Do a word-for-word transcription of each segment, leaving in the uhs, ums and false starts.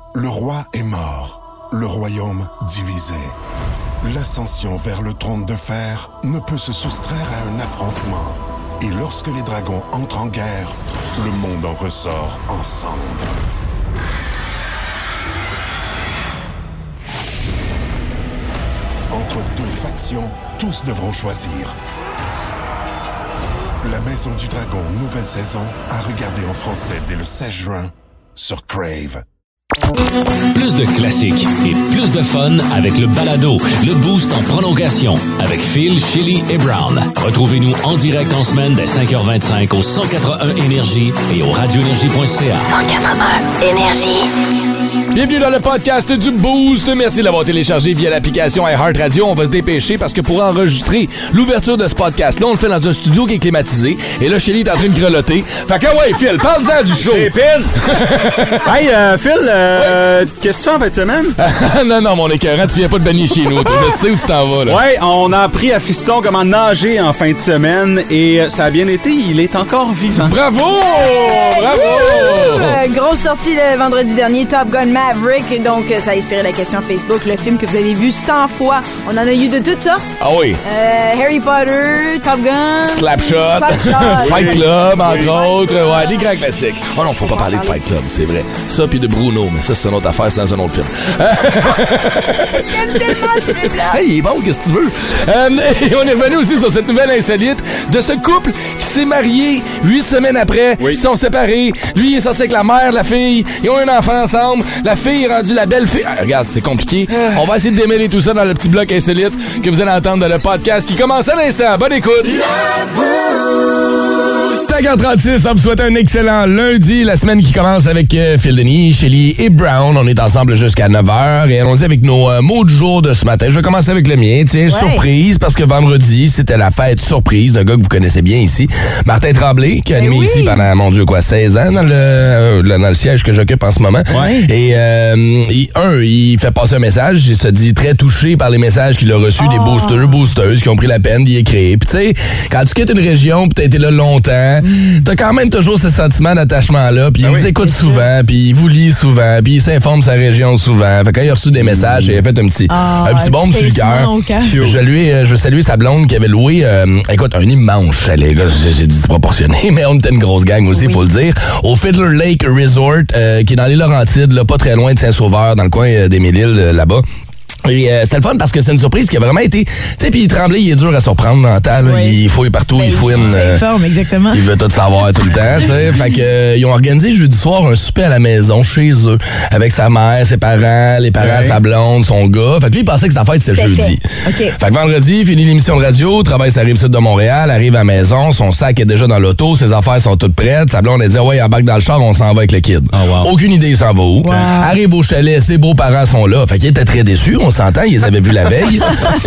Le roi est mort, le royaume divisé. L'ascension vers le trône de fer ne peut se soustraire à un affrontement. Et lorsque les dragons entrent en guerre, le monde en ressort en cendres. Entre deux factions, tous devront choisir. La Maison du Dragon, nouvelle saison, à regarder en français dès le seize juin sur Crave. Plus de classiques et plus de fun avec le balado, le Boost en prolongation avec Phil, Chili et Brown. Retrouvez-nous en direct en semaine dès cinq heures vingt-cinq au cent quatre-vingt-un Énergie et au radio énergie point c a. cent quatre-vingt-un Énergie. Bienvenue dans le podcast du Boost. Merci de l'avoir téléchargé via l'application iHeartRadio. On va se dépêcher parce que pour enregistrer l'ouverture de ce podcast-là, on le fait dans un studio qui est climatisé. Et là, Shelly est en train de grelotter. Fait que ouais, Phil, parle-en du show. C'est pin. Hey, euh, Phil, euh, ouais. Qu'est-ce que tu fais en fin de semaine? non, non, mon écœurant, tu viens pas de baigner chez nous. Je sais où tu t'en vas, là. Ouais, on a appris à Fiston comment nager en fin de semaine et ça a bien été. Il est encore vivant. Bravo! Bravo! Euh, grosse sortie le vendredi dernier, Top Gun Maverick. Donc, ça a inspiré la question Facebook, le film que vous avez vu cent fois. On en a eu de toutes sortes. Ah oui. Euh, Harry Potter, Top Gun. Slapshot. Slapshot. Fight Club, entre oui. autres. Ouais, des grands classiques. Oh non, faut pas parler de Fight Club, c'est vrai. Ça, puis de Bruno, mais ça, c'est une autre affaire, c'est dans un autre film. J'aime tellement ce film-là. Hey, il est bon, qu'est-ce que tu veux? Euh, et on est revenu aussi sur cette nouvelle insolite de ce couple qui s'est marié huit semaines après. Oui. Ils sont séparés. Lui, il est sorti avec la mère, la fille. Ils ont un enfant ensemble. La fille est rendue la belle fille. Ah, regarde, c'est compliqué. On va essayer de démêler tout ça dans le petit bloc insolite que vous allez entendre dans le podcast qui commence à l'instant. Bonne écoute! cinq heures trente-six, on vous souhaite un excellent lundi. La semaine qui commence avec euh, Phil Denis, Shelly et Brown. On est ensemble jusqu'à neuf heures et allons-y avec nos euh, mots du jour de ce matin. Je vais commencer avec le mien. Tiens, ouais. Surprise, parce que vendredi, c'était la fête surprise d'un gars que vous connaissez bien ici, Martin Tremblay, qui a animé oui. ici pendant, mon Dieu, quoi, seize ans dans le, euh, dans le siège que j'occupe en ce moment. Ouais. Et, euh, il, un, il fait passer un message. Il se dit très touché par les messages qu'il a reçus oh. des boosters, boosteuses qui ont pris la peine d'y écrire. Puis, tu sais, quand tu quittes une région, puis t'as été là longtemps, t'as quand même toujours ce sentiment d'attachement-là, puis ben il oui, vous écoute souvent, puis il vous lit souvent, puis il s'informe sa région souvent. Fait que quand il a reçu des messages, il a fait un petit, oh, un petit bombe sur le cœur. Je veux lui, je veux saluer sa blonde qui avait loué, euh, écoute, un immense chalet, gars, c'est disproportionné, mais on était une grosse gang aussi, il oui. faut le dire, au Fiddler Lake Resort, euh, qui est dans les Laurentides, là, pas très loin de Saint-Sauveur, dans le coin euh, des Mille-Îles, euh, là-bas. Et euh, c'était le fun parce que c'est une surprise qui a vraiment été... Tu sais, puis Tremblay, il est dur à surprendre dans le temps. Oui. Il fouille partout, ben, il fouine. Il s'informe, euh, exactement. Il veut tout savoir tout le temps, tu sais. Fait que euh, ils ont organisé jeudi soir un souper à la maison, chez eux, avec sa mère, ses parents, les parents, ouais. sa blonde, son gars. Fait que lui, il pensait que sa fête, c'était jeudi. Okay. Fait que vendredi, finit l'émission de radio, travaille sa Rive-Sud de Montréal, arrive à la maison, son sac est déjà dans l'auto, ses affaires sont toutes prêtes. Sa blonde, elle dit, ouais, embarque dans le char, on s'en va avec le kid. Oh, wow. Aucune idée, il s'en va où. Wow. Arrive au chalet, ses beaux-parents sont là. Fait qu'il était très déçu, on s'entend, ils avaient vu la veille.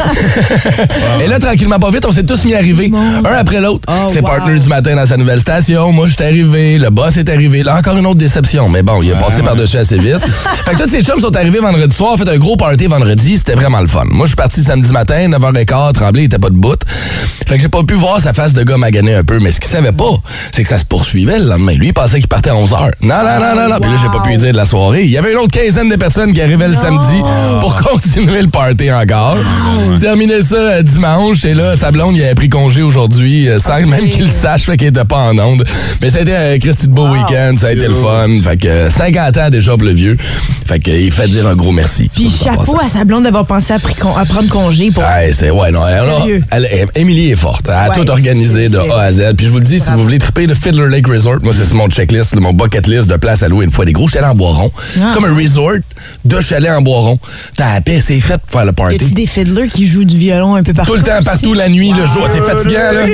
Wow. Et là, tranquillement, pas vite, on s'est tous mis à arriver, bon. un après l'autre. Oh, c'est wow. partner du matin dans sa nouvelle station. Moi, je suis arrivé. Le boss est arrivé. Là, encore une autre déception. Mais bon, il est passé ouais, par-dessus ouais. assez vite. Fait que tous ces chums sont arrivés vendredi soir, fait un gros party vendredi. C'était vraiment le fun. Moi, je suis parti samedi matin, neuf heures quinze, Tremblay, il était pas de bout. Fait que j'ai pas pu voir sa face de gars maganer un peu. Mais ce qu'il savait pas, c'est que ça se poursuivait le lendemain. Lui, il pensait qu'il partait à onze heures. Non, non, non, non, non. Wow. Puis là, j'ai pas pu lui dire de la soirée. Il y avait une autre quinzaine de personnes qui arrivaient le non. samedi pour continuer le party encore. Oh. Terminé ça euh, dimanche et là, sa blonde, il avait pris congé aujourd'hui euh, sans okay. même qu'il le sache, fait qu'il était pas en onde. Mais ça a été un euh, Christy de beau wow. week-end, ça a été le fun. Fait que euh, cinquante ans déjà pour le vieux. Fait que euh, il fait dire un gros merci. Puis chapeau à sa blonde d'avoir pensé à, con- à prendre congé pour... Ouais, c'est, ouais, non, elle, elle, elle, Émilie est forte. Elle a ouais, tout organisé de A à Z. Puis je vous le dis, Bravo. Si vous voulez triper le Fiddler Lake Resort, moi, c'est mon checklist, mon bucket list de places à louer une fois. Des gros chalets en bois rond. Ah. C'est comme un resort de chalets en bois rond. T'as la paix, c'est fait pour faire le party. Y a-tu des fiddlers qui jouent du violon un peu partout? Tout le temps, aussi? Partout, la nuit, wow. le jour. C'est fatigant, là.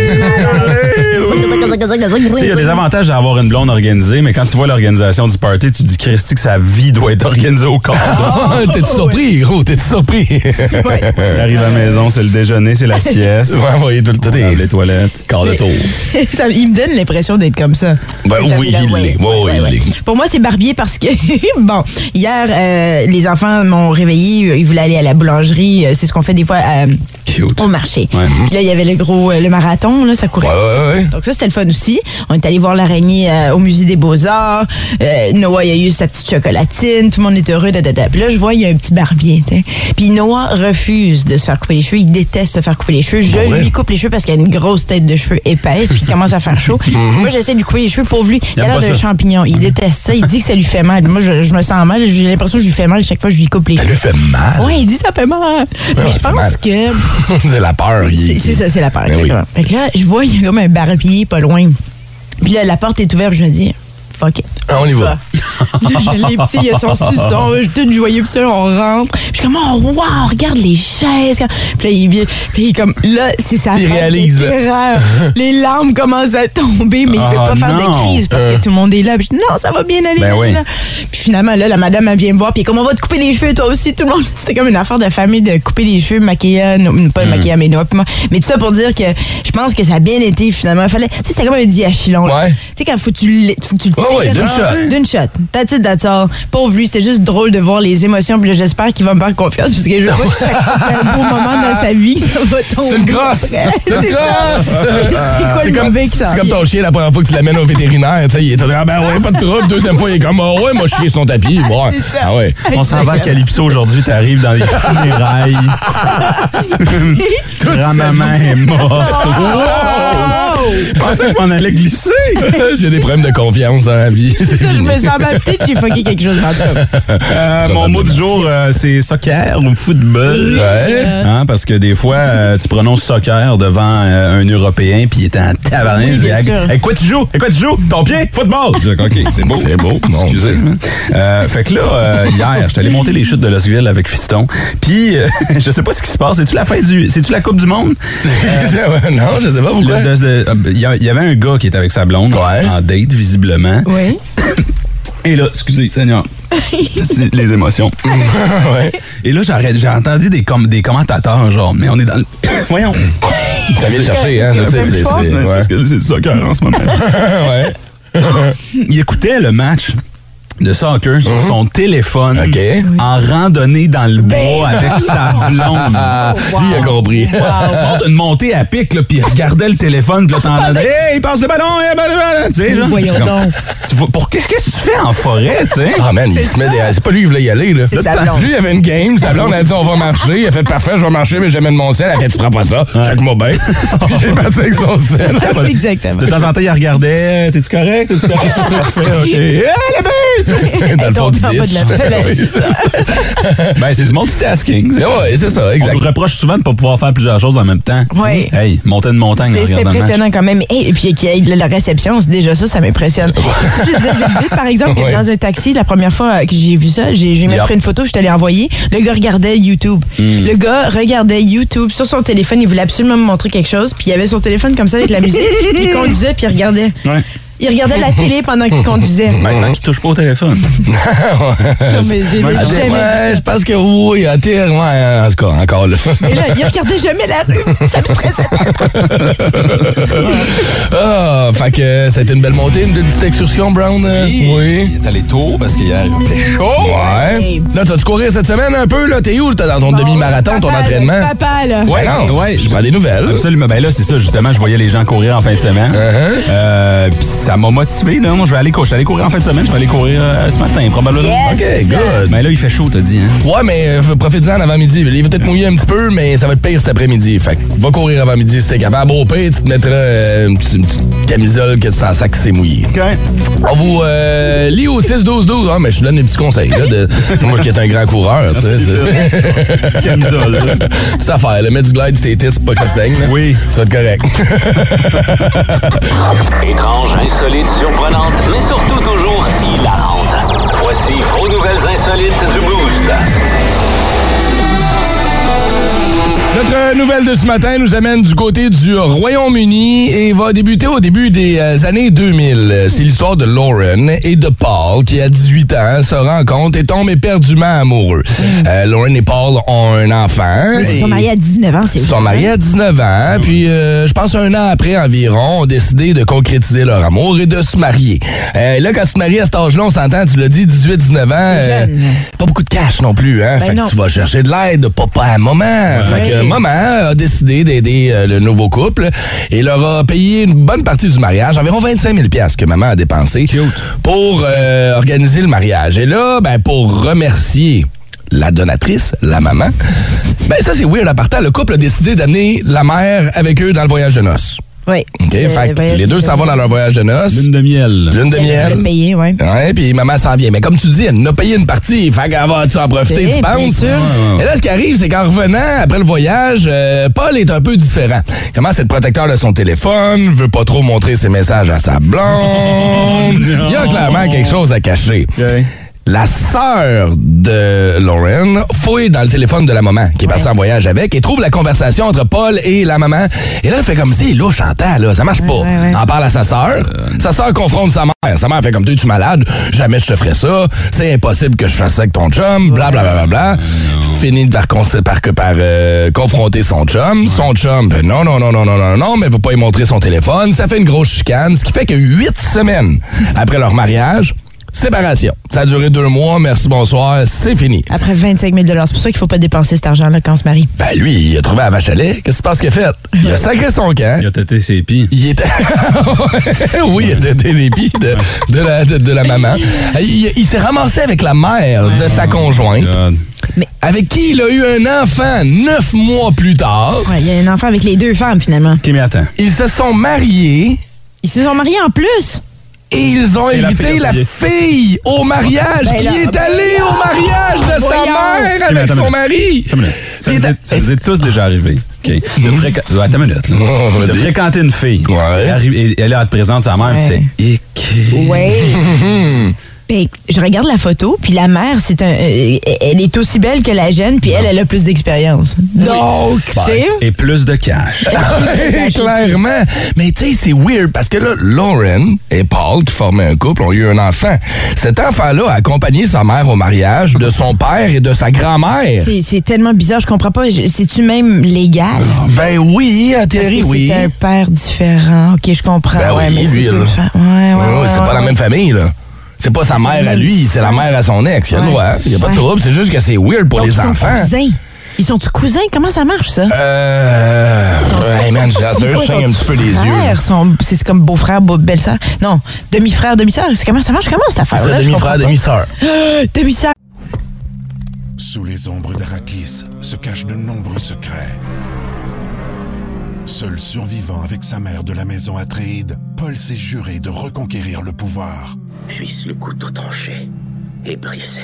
Il y a des avantages d'avoir une blonde organisée, mais quand tu vois l'organisation du party, tu te dis, Christy, que sa vie doit être organisée au corps. Oh, t'es-tu surpris, gros? T'es-tu surpris? Ouais. Il arrive à la maison, c'est le déjeuner, c'est la sieste. Ouais, ouais, tout le temps. Les toilettes. Quart de tour. Ça, il me donne l'impression d'être comme ça. Ben, oui, il l'est. Oui, il l'est. Pour moi, c'est Barbier parce que, bon, hier, euh, les enfants m'ont réveillé, ils voulaient aller à la boulangerie. C'est ce qu'on fait des fois à, cute. Au marché. Ouais. Puis là, il y avait le gros euh, le marathon, là, ça courait. Ouais, ouais, ouais. Donc ça, c'était le fun aussi. On est allé voir l'araignée euh, au musée des Beaux-Arts. Euh, Noah, il a eu sa petite chocolatine. Tout le monde est heureux. Da, da, da. Puis là, je vois, il y a un petit barbier. T'sais. Puis Noah refuse de se faire couper les cheveux. Il déteste se faire couper les cheveux. Je Bon, ouais. lui coupe les cheveux parce qu'il a une grosse tête de cheveux épaisse. Puis il commence à faire chaud. Moi, j'essaie de lui couper les cheveux. Pauvre lui, il a aime l'air pas d'un ça. champignon. Il déteste ça. Il dit que ça lui fait mal. Moi, je, je me sens mal. J'ai l'impression que je lui fais mal chaque fois que je lui coupe les Ça cheveux. lui fait mal. Ouais, il dit ça fait mal. Mais ça je fait pense mal. que C'est la peur. il- c'est c'est ça, c'est la peur, Ben exactement. Fait que là, je vois, il y a comme un barbier pas loin. Puis là, la porte est ouverte, puis je me dis, fuck it. Ah, on y va. Les petits, il y a son suçon, je suis toute joyeux, puis ça, on rentre. Puis je suis comme, oh, wow, regarde les chaises. Puis là, il vient, puis il est comme, là, c'est sa Il fête réalise, là. littéraire. Les larmes commencent à tomber, mais il veut Ah, pas faire de non. crise parce que tout le monde est là. Puis je dis, non, ça va bien aller. Ben là, oui. là. Puis finalement, là, la madame, elle vient me voir, puis comme, on va te couper les cheveux, toi aussi, tout le monde. C'était comme une affaire de famille de couper les cheveux, maquiller, non, pas maquiller, mais Noah, puis moi. Mais tout ça pour dire que je pense que ça a bien été, finalement. Fallait, tu sais, c'était comme un diachylon. là. Ouais. Tu sais, quand faut que tu le, faut que tu le Ouais, ouais, tires, d'une hein, shot. D'une shot. That's it, that's all. Pauvre lui, c'était juste drôle de voir les émotions. Puis là, j'espère qu'il va me faire confiance parce que je vois que chaque fois qu'il y a un beau moment dans sa vie, ça va tomber. C'est une crosse! après. C'est une ça. crosse! C'est quoi C'est le comme, mauvais qui s'en c'est comme vient? ton chien la première fois que tu l'amènes au vétérinaire. Tu sais, il est tout, ah ben ouais, pas de trouble. Deuxième fois, il est comme, ah ouais, moi, chier sur ton tapis. Bon, C'est ça. ah ouais. On s'en va à Calypso aujourd'hui, t'arrives dans les funérailles. Grand-maman est morte. Wow! Je pensais que je m'en allais glisser. J'ai des problèmes de confiance dans la vie. C'est Ça, je fini. me sens mal. Peut-être que j'ai fucké quelque chose dans le top. Euh, mon mot du jour, euh, c'est soccer ou football. Ouais. Hein, parce que des fois, euh, tu prononces soccer devant euh, un Européen, puis il est en tabarnak. Oui, il dit, bien hey, sûr. hey, quoi tu joues? Hey, quoi tu joues? Ton pied? Football! Je dis, OK, c'est beau. C'est beau. Non. Excusez. Euh, fait que là, euh, hier, j'étais allé monter les chutes de Losville avec Fiston. Puis, euh, je sais pas ce qui se passe. C'est-tu la fin du... C'est-tu la Coupe du Monde? Non, je sais pas pourquoi. Le- de- de- Il y, a- il y avait un gars qui était avec sa blonde Ouais. en date, visiblement. Oui. Et là, excusez, Seigneur. C'est les émotions. Ouais. Et là, j'arrête- j'ai entendu des, com- des commentateurs, genre, mais on est dans le. Voyons. Ça vient de chercher, hein. Je sais, c'est. c'est- C'est Ouais. parce que c'est le soccer en ce moment. Ouais. Il écoutait le match de soccer sur son téléphone OK. en randonnée dans le bois avec sa blonde. Ah, wow. lui, il a compris. Tu montes une montée à pic, là, puis il regardait le téléphone, puis là, t'entendais, hey, il passe le ballon, hey, ballon, ballon, tu sais, genre. Voyons Comme, donc. tu vois, pour, qu'est-ce que tu fais en forêt, tu sais? Ah, man, il C'est se met ça. des. C'est pas lui qui voulait y aller, là. C'est Là, sa t'as- blonde. Lui, il avait une game. Sa blonde a dit, on va marcher. Il a fait, parfait, je vais marcher, mais jamais de mon sel. Elle a fait, tu prends pas ça. Check-moi bien. Puis j'ai parti avec son sel. Exactement. De temps en temps, il regardait, t'es-tu correct? T'es-tu correct? Parfait, OK. Hey, le but! Dans le fond du Dans le bas de la ditch. falaise, Oui. c'est ça. Ben, c'est du multitasking. Ouais, c'est ça, On exact. nous reproche souvent de ne pas pouvoir faire plusieurs choses en même temps. Ouais. Hey, monter une montagne en C'est c'est regardant le match. impressionnant quand même. Hey, et puis qu'il y ait de la réception, c'est déjà ça, ça m'impressionne. Je disais vite, vite, par exemple, que Ouais. dans un taxi, la première fois que j'ai vu ça, j'ai j'ai même Yep. pris une photo, je t'allais envoyer. Le gars regardait YouTube. Le gars regardait YouTube sur son téléphone, il voulait absolument me montrer quelque chose, puis il avait son téléphone comme ça avec la musique, puis il conduisait, puis il regardait. Ouais. Il regardait la télé pendant qu'il conduisait. Maintenant qu'il touche pas au téléphone. Non, mais j'ai Ouais, Ah, jamais vu ouais, ça. je pense que oui, à terre, ouais, en tout cas, encore là. Et là, il regardait jamais la rue. Ça me stressait. Ah, fait que ça a été une belle montée, une belle petite excursion, Brown. euh? Oui. Il est allé tôt parce qu'hier, il fait chaud. Ouais. Là, t'as-tu courir cette semaine un peu, là? T'es où? T'es dans ton demi-marathon, ton Papa, entraînement? là, Papa, là. Ouais, non, ouais. je prends des nouvelles. Absolument. Ben là, c'est ça, justement, je voyais les gens courir en fin de semaine. Uh-huh. Euh, Puis ça m'a motivé, là. Moi, je vais aller courir. Je vais aller courir en fin de semaine. Je vais aller courir euh, ce matin, probablement. Yes! OK, good. Mais là, il fait chaud, t'as dit, hein? Ouais, mais euh, profite-en en avant-midi. Il va peut-être mouiller un petit peu, mais ça va être pire cet après-midi. Fait que va courir avant-midi si t'es capable. Au pire, tu te mettras euh, une, petite, une petite camisole que tu sens que c'est mouillé. OK. On vous euh, lit au six douze douze. Ah, mais je te donne des petits conseils, là, de moi qui est un grand coureur, tu sais. c'est- Petite camisole, là. C'est affaire, là. Mets du glide, c'était tits, pas que ça saigne, là. Oui. Ça va être correct. Étrange, insolite, surprenante, mais surtout toujours hilarante. Voici vos nouvelles insolites du Boost. Notre nouvelle de ce matin nous amène du côté du Royaume-Uni et va débuter au début des euh, années deux mille. C'est l'histoire de Lauren et de Paul qui, à dix-huit ans, se rencontrent et tombent éperdument amoureux. Euh, Lauren et Paul ont un enfant. Ils se et- sont mariés à dix-neuf ans, c'est Ils se sont ça, mariés hein? à dix-neuf ans, puis euh, je pense un an après environ, ont décidé de concrétiser leur amour et de se marier. Euh, là, quand tu te maries à cet âge-là, on s'entend, tu l'as dit, dix-huit dix-neuf ans, euh, jeune. pas beaucoup de cash non plus, hein? Ben fait non. que tu vas chercher de l'aide de papa à maman. Fait que Ouais. maman a décidé d'aider euh, le nouveau couple et leur a payé une bonne partie du mariage, environ vingt-cinq mille dollars que maman a dépensé pour euh, organiser le mariage. Et là, ben, pour remercier la donatrice, la maman, ben ça c'est weird à partant. Le couple a décidé d'amener la mère avec eux dans le voyage de noces. Oui. OK, euh, fait que les deux s'en vont dans leur voyage de noces. Lune de miel. Lune de miel. Elle a payé, oui. Ouais, puis maman s'en vient. Mais comme tu dis, elle en a payé une partie. Fait qu'elle va-tu en profiter, C'est tu penses? bien sûr. Et là, ce qui arrive, c'est qu'en revenant, après le voyage, euh, Paul est un peu différent. Il commence à être protecteur de son téléphone, veut pas trop montrer ses messages à sa blonde. Il y a clairement quelque chose à cacher. Okay. La sœur de Lauren fouille dans le téléphone de la maman qui est partie ouais. en voyage avec et trouve la conversation entre Paul et la maman. Et là, elle fait comme si, là, Chantal, là, ça marche pas. Ouais, ouais, ouais. En parle à sa sœur. Euh... Sa sœur confronte sa mère. Sa mère fait comme, tu es malade? Jamais je te ferais ça. C'est impossible que je fasse ça avec ton chum. Bla, bla, bla, bla, bla. Finit par, par, par, par euh, confronter son chum. Ouais. Son chum, ben, non, non, non, non, non, non, non, mais elle veut pas y montrer son téléphone. Ça fait une grosse chicane, ce qui fait que huit semaines après leur mariage, séparation. Ça a duré deux mois, merci, bonsoir, c'est fini. Après vingt-cinq mille dollars, c'est pour ça qu'il faut pas dépenser cet argent-là quand on se marie. Ben lui, il a trouvé la vache à lait. Qu'est-ce que tu penses qu'il a fait? Il a sacré son camp. Il a têté ses pis. Il était... oui, il a têté les pis de, de, la, de, de la maman. Il, il s'est ramassé avec la mère de sa conjointe. Oh Mais... avec qui il a eu un enfant neuf mois plus tard. Ouais, il y a un enfant avec les deux femmes, finalement. OK, mais attends. Ils se sont mariés. Ils se sont mariés en plus? Et ils ont et invité la fille, la fille au mariage, ben qui là, est allée ben au mariage de voyons. sa mère avec okay, son mari. Ça vous, est, ça vous est tous déjà arrivé. Okay. De fréqu... ouais, attends une minute. Là. Oh, de fréquenter une fille. Ouais. Elle, arrive, et elle est à te présenter sa mère, ouais. et c'est... Oui. Ben, je regarde la photo, puis la mère, c'est un, euh, elle est aussi belle que la jeune, puis elle, elle a plus d'expérience. Donc, tu sais... Et plus de cash. Clairement. Mais tu sais, c'est weird, parce que là, Lauren et Paul, qui formaient un couple, ont eu un enfant. Cet enfant-là a accompagné sa mère au mariage de son père et de sa grand-mère. C'est, c'est tellement bizarre, je comprends pas. C'est-tu même légal? Ben oui, en théorie, oui. C'est un père différent. OK, je comprends. Ben ouais, oui, mais lui, c'est là. Fa... ouais, ouais, ouais, ouais, c'est ouais, pas ouais. la même famille, là. C'est pas sa c'est mère à lui, c'est la mère à son ex. Il y a le droit. Il n'y a pas de trouble. C'est juste que c'est weird pour Donc, les ils enfants. Sont cousins. Ils sont-tu cousins? Comment ça marche, ça? Euh. Hey man, j'ai je saigne un petit peu les yeux. Sont, c'est comme beau-frère, beau, belle-sœur. Non, demi-frère, demi-sœur. C'est comment ça marche? Comment cette affaire-là? C'est demi-frère, demi-sœur. Demi-sœur. Sous les ombres d'Arrakis se cachent de nombreux secrets. Seul survivant avec sa mère de la maison Atréide, Paul s'est juré de reconquérir le pouvoir. Puisse le couteau tranché et brisé.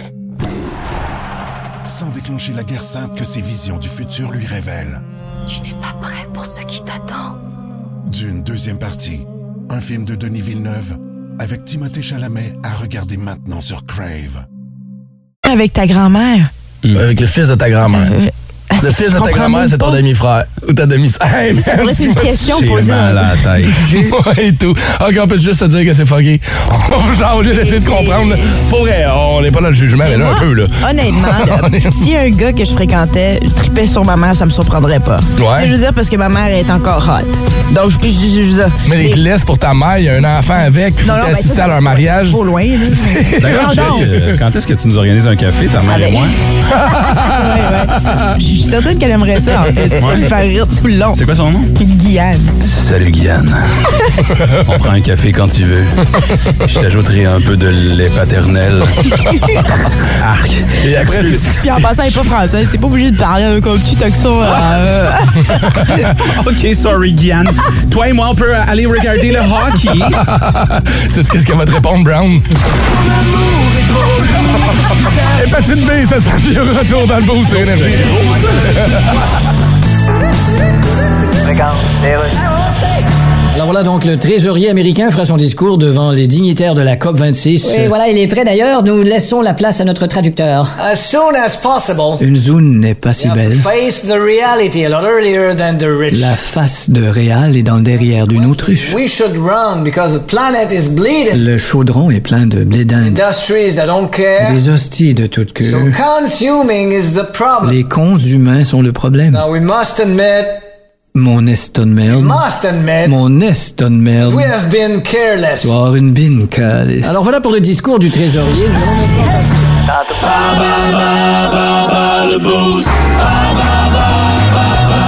Sans déclencher la guerre sainte que ses visions du futur lui révèlent. Tu n'es pas prêt pour ce qui t'attend. D'une deuxième partie, un film de Denis Villeneuve avec Timothée Chalamet à regarder maintenant sur Crave. Avec ta grand-mère. Mmh. Avec le fils de ta grand-mère. Euh... Ah, le fils de ta grand-mère, c'est ton demi-frère ou ta demi-sœur. Hey, ça pourrait être une question posée dans la tête. Ouais, et tout. OK, on peut juste se dire que c'est fucké. Genre, au lieu d'essayer de comprendre. Pour vrai, on n'est pas dans le jugement, mais là, un peu, là. Honnêtement, là, si un gars que je fréquentais tripait sur ma mère, ça me surprendrait pas. Ouais. Je veux dire, parce que ma mère est encore hot. Donc, je peux juste dire. Mais les laisses pour ta mère, il y a un enfant avec, puis tu assisté à leur mariage. Trop loin, là. D'ailleurs, euh, quand est-ce que tu nous organises un café, ta mère et moi? Ouais, ouais. Je suis certaine qu'elle aimerait ça, en fait. Tu vas me faire rire tout le long. C'est quoi son nom? Guyane. Salut, Guyane. On prend un café quand tu veux. Je t'ajouterai un peu de lait paternel. Arc. Et après, c'est... Puis en passant, elle n'est pas française. T'es pas obligé de parler avec un petit accent. Euh... OK, sorry, Guyane. Toi et moi, on peut aller regarder le hockey. C'est ce qu'elle va te répondre, Brown. Hépatite B, ça sera plus retour dans le boost sur Énergie. Regarde, les rues. Alors voilà, donc le trésorier américain fera son discours devant les dignitaires de la C O P vingt-six. Oui, voilà, il est prêt d'ailleurs. Nous laissons la place à notre traducteur. As soon as possible. Une zone n'est pas si belle. Face the reality a lot earlier than the rich. La face de réal est dans le derrière d'une autruche. We should run because the planet is bleeding. Le chaudron est plein de blé d'Inde. Industries that don't care. Des hosties de toute queue. So consuming is the problem. Les cons humains sont le problème. Now we must admit. Mon eston merde. Must admit. Mon eston merde. We have been careless. Tu as une bine careless. Alors voilà pour le discours du trésorier. Le boost.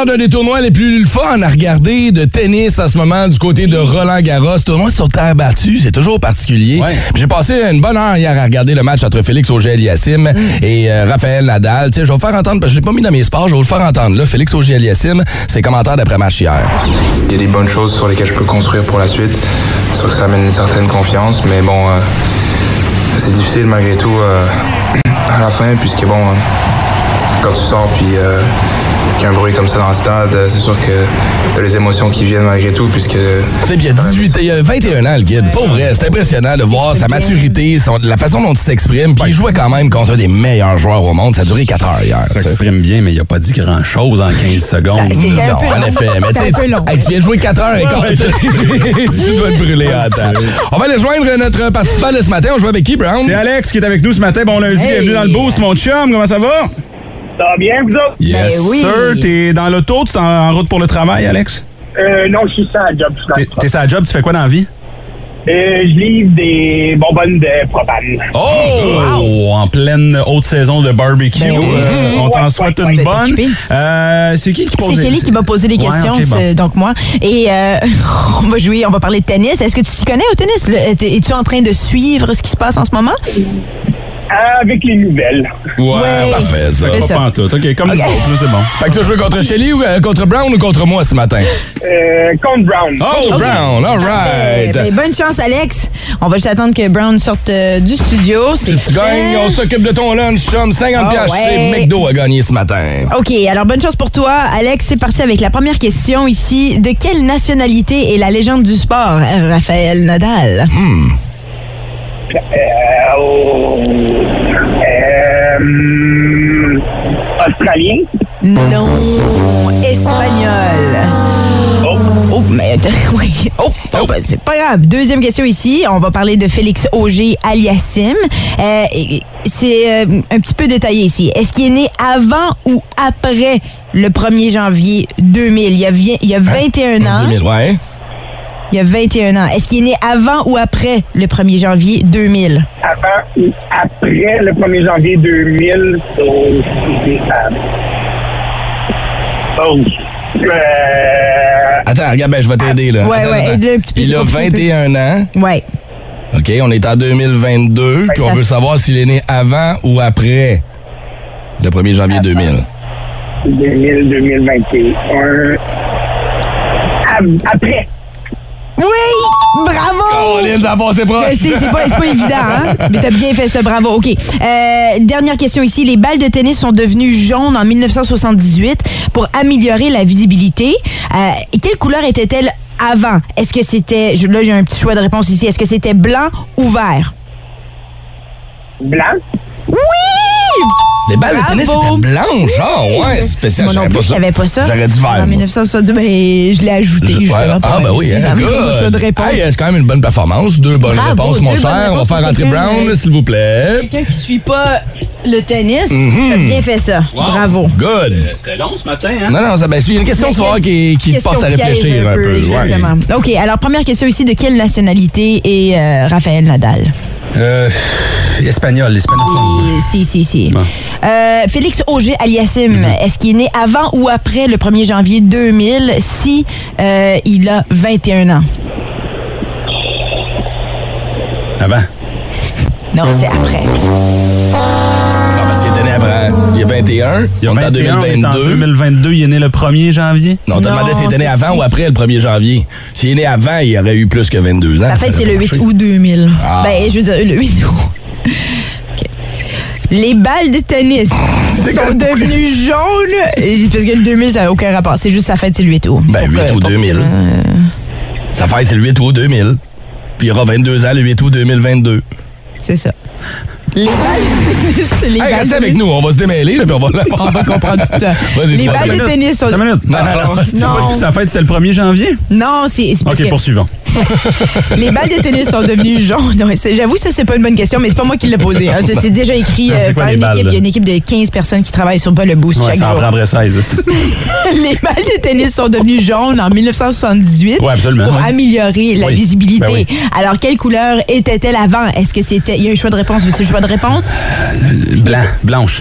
d'un des tournois les plus fun à regarder de tennis en ce moment du côté de Roland-Garros. Tournoi sur terre battue, c'est toujours particulier. Ouais. J'ai passé une bonne heure hier à regarder le match entre Félix Auger-Aliassime mm. et euh, Raphaël Nadal. Tu sais, je vais vous faire entendre, parce que je l'ai pas mis dans mes sports, je vais vous le faire entendre là. Félix Auger-Aliassime, ses commentaires d'après-match hier. Il y a des bonnes choses sur lesquelles je peux construire pour la suite. C'est sûr que ça amène une certaine confiance, mais bon, euh, c'est difficile malgré tout euh, à la fin, puisque bon, euh, quand tu sors puis euh, qu'il y a un bruit comme ça dans le stade, c'est sûr que y a les émotions qui viennent malgré tout, puisque... Il y a dix-huit, il y a vingt et un ans, le kid. Pour vrai, c'est impressionnant de voir sa maturité, son, la façon dont il s'exprime. Puis il jouait quand même contre un des meilleurs joueurs au monde. Ça a duré quatre heures hier. Ça s'exprime bien, mais il n'a pas dit grand-chose en quinze secondes. Ça, non, en long. effet. Mais tu sais, hey, tu viens de jouer quatre heures et quart. Tu dois te brûler en temps. On va aller rejoindre notre participant de ce matin. On joue avec qui, Brown? C'est Alex qui est avec nous ce matin. Bon lundi, hey. Bienvenue dans le boost, mon chum. Comment ça va? Ça va bien, vous autres? Yes, ben oui. Sir. T'es dans l'auto? Tu es en, en route pour le travail, Alex? Euh, non, je suis sur la job. T'es, t'es sur la job? Tu fais quoi dans la vie? Euh, je livre des bonbonnes de propane. Oh! Wow. En pleine haute saison de barbecue. Ben oui. euh, on t'en ouais, souhaite ouais, une ouais, bonne. Euh, c'est qui qui pose C'est Chélie qui va poser des questions, ouais, okay, bon. donc moi. Et euh, on va jouer, on va parler de tennis. Est-ce que tu t'y connais au tennis? Es-tu en train de suivre ce qui se passe en ce moment? Avec les nouvelles. Ouais, ouais. parfait. Ça va pas en tout. OK, comme okay. nous autres, là, c'est bon. Fait que tu as joué contre Shelly ou euh, contre Brown ou contre moi ce matin? Euh, contre Brown. Oh, okay. Brown, all right. Ben, bonne chance, Alex. On va juste attendre que Brown sorte euh, du studio. Si tu gagnes, on s'occupe de ton lunch, chum. cinquante oh, piastres ouais. chez McDo a gagné ce matin. OK, alors bonne chance pour toi. Alex, c'est parti avec la première question ici. De quelle nationalité est la légende du sport, Raphaël Nadal? Hmm. Euh, oh, euh, australien? Non, espagnol. Oh, oh mais oui. Oh, oh ben, c'est pas grave. Deuxième question ici. On va parler de Félix Auger-Aliassime. Euh, c'est euh, un petit peu détaillé ici. Est-ce qu'il est né avant ou après le premier janvier deux mille? Il y a, il y a vingt et un ans. deux mille, ouais. Il y a vingt et un ans. Est-ce qu'il est né avant ou après le premier janvier deux mille? Avant ou après le premier janvier deux mille. Oh, oh. Euh... Attends, regarde, ben, je vais t'aider, là. Ouais, attends, ouais, attends. aide-le un petit peu. Il a vingt et un ans. Ouais. OK, on est en deux mille vingt-deux, ouais, puis on ça... veut savoir s'il est né avant ou après le premier janvier deux mille. deux mille, deux mille vingt et un. Après. Oui! Bravo! Caroline, ça a passé proche. Je sais, c'est pas, c'est pas évident, hein? Mais t'as bien fait ça, bravo. OK. Euh, dernière question ici. Les balles de tennis sont devenues jaunes en dix-neuf cent soixante-dix-huit pour améliorer la visibilité. Euh, quelle couleur était-elle avant? Est-ce que c'était... Là, j'ai un petit choix de réponse ici. Est-ce que c'était blanc ou vert? Blanc? Oui! Les balles Bravo. de tennis étaient blanches. Ah, oui. ouais, c'est spécial. Moi non plus, je savais pas ça. J'aurais dû vert. En dix-neuf cent soixante-dix, ben, je l'ai ajouté, je, justement. ouais. Ah, ben oui, hein, good. De réponse. Hey, c'est quand même une bonne performance. Deux bonnes Bravo, réponses, mon deux cher. On va faire rentrer Brown, mais... s'il vous plaît. Quelqu'un qui suit pas le tennis, mm-hmm. t'as bien fait ça. Wow. Bravo. Good. C'était long ce matin, hein? Non, non, ça, ben, il y a une question de soir qui, qui te force à réfléchir un peu. Un peu exactement. Ouais. OK, alors première question ici. De quelle nationalité est euh, Raphaël Nadal? Euh, espagnol, l'espagnol. Si, si, si. Bon. Euh, Félix Auger-Aliassime, mm-hmm. est-ce qu'il est né avant ou après le premier janvier deux mille si euh, il a vingt et un ans? Avant. Non, c'est après. Ah, parce qu'il était né avant. Il y a vingt et un. Il y a on est en deux mille vingt-deux. En deux mille vingt-deux, il est né le premier janvier? Non, on t'a demandé s'il était né avant si. ou après le premier janvier. S'il est né avant, il aurait eu plus que vingt-deux ans. Ça fait, c'est le huit août deux mille. Ah. Ben, je veux dire, le huit août. Okay. Les balles de tennis sont devenues jaunes. Parce que le deux mille, ça n'a aucun rapport. C'est juste sa fête, c'est le huit août. Ben, huit août deux mille. Euh... Sa fête, c'est le huit août deux mille. Puis il aura vingt-deux ans le huit août deux mille vingt-deux. C'est ça. Les balles de tennis. Les hey, balles reste de avec tennis. nous, on va se démêler, là, puis on va, on va comprendre tout ça. Vas-y, les balles de tennis sont... Attends une minute. Non, non, non. Tu pas dit que sa fête, c'était le premier janvier? Non, c'est... c'est parce OK, que... poursuivant. Les balles de tennis sont devenues jaunes. Non, j'avoue, ça, c'est pas une bonne question, mais c'est pas moi qui l'ai posé. Hein. C'est, c'est déjà écrit euh, par une balles, équipe. Il y a une équipe de quinze personnes qui travaillent sur Bas le Boost ouais, chaque ça jour. Ça en prendrait seize. Les balles de tennis sont devenues jaunes en dix-neuf cent soixante-dix-huit ouais, absolument, pour ouais. améliorer la oui. visibilité. Ben oui. Alors, quelle couleur était-elle avant? Est-ce que c'était... Il y a un choix de réponse. Veux-tu un choix de réponse? Blanc, blanche.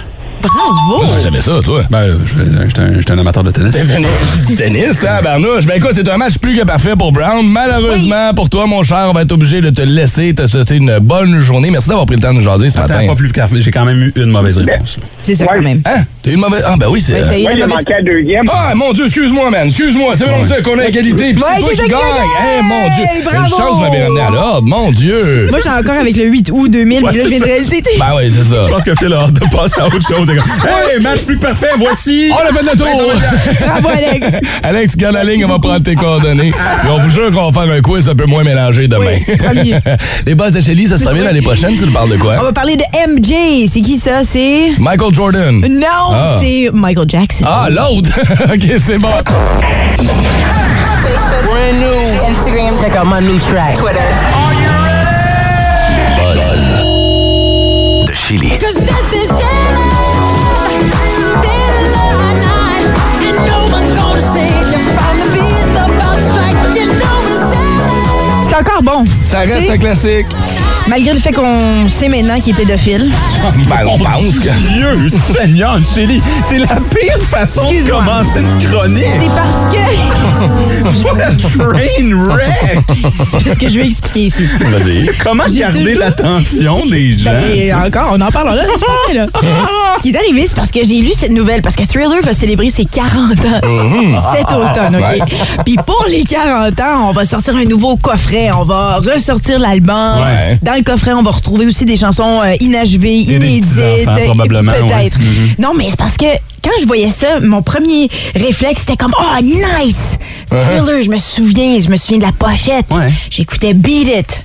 Bravo! Je savais ça, toi. Ben, j'étais un, j'étais un amateur de tennis. Du tennis, hein, Barnouche? Ben écoute, c'est un match plus que parfait pour Brown. Malheureusement, oui. pour toi, mon cher, on va être obligé de te laisser te souhaiter une bonne journée. Merci d'avoir pris le temps de nous jaser ce Attends, matin. Pas plus que j'ai quand même eu une mauvaise réponse. C'est ça, ouais. quand même. Hein? T'as eu une mauvaise... Ah, ben oui, c'est... Ouais, Oui, il a mauvaise... manqué à deuxième. Ah, mon Dieu, excuse-moi, man. Excuse-moi. C'est vraiment ça qu'on a égalité. Puis c'est ouais, toi qui gagne. Hey, hey, mon Dieu. bravo. Une chance, vous m'avez ramené à l'ordre. Mon Dieu. Moi, j'étais encore avec le huit août deux mille, mais là, je viens de réaliser. Ben oui, c'est ça. Je pense que Phil a hâte de passer à autre chose. Hey, match plus parfait, voici. On a fait le tour. Bravo, Alex. Alex, garde la ligne, on va prendre tes coordonnées. Et on vous jure qu'on va faire un quiz un peu moins mélangé demain. Oui, c'est promis. Les boss de Shelly, ça se revient l'année prochaine. Tu nous parles de quoi? On va parler de M J. C'est qui ça? C'est... Michael Jordan. Non, ah. c'est Michael Jackson. Ah, l'autre. OK, c'est bon. Facebook, brand new. Instagram, check out my new track. Twitter. Are you ready? Buzz de Chili. C'est encore bon. Ça reste T'sais, un classique. Malgré le fait qu'on sait maintenant qu'il est pédophile. Ben, on pense que... Dieu Seigneur, Chélie, c'est la pire façon de commencer une chronique. C'est parce que... What a train wreck! C'est parce que je vais expliquer ici. Vas-y. Comment J'ai garder toujours... l'attention des gens? Ben, encore, on en parlera, là. là. Ce qui est arrivé, c'est parce que j'ai lu cette nouvelle, parce que Thriller va célébrer ses quarante ans mmh. cet automne, OK? Ouais. Puis pour les quarante ans, on va sortir un nouveau coffret, on va ressortir l'album. Ouais. Dans le coffret, on va retrouver aussi des chansons euh, inachevées, inédites. Enfants, probablement. Peut-être. Ouais. Mm-hmm. Non, mais c'est parce que quand je voyais ça, mon premier réflexe, c'était comme « Oh, nice! Thriller, uh-huh. je me souviens, je me souviens de la pochette. Ouais. J'écoutais Beat It.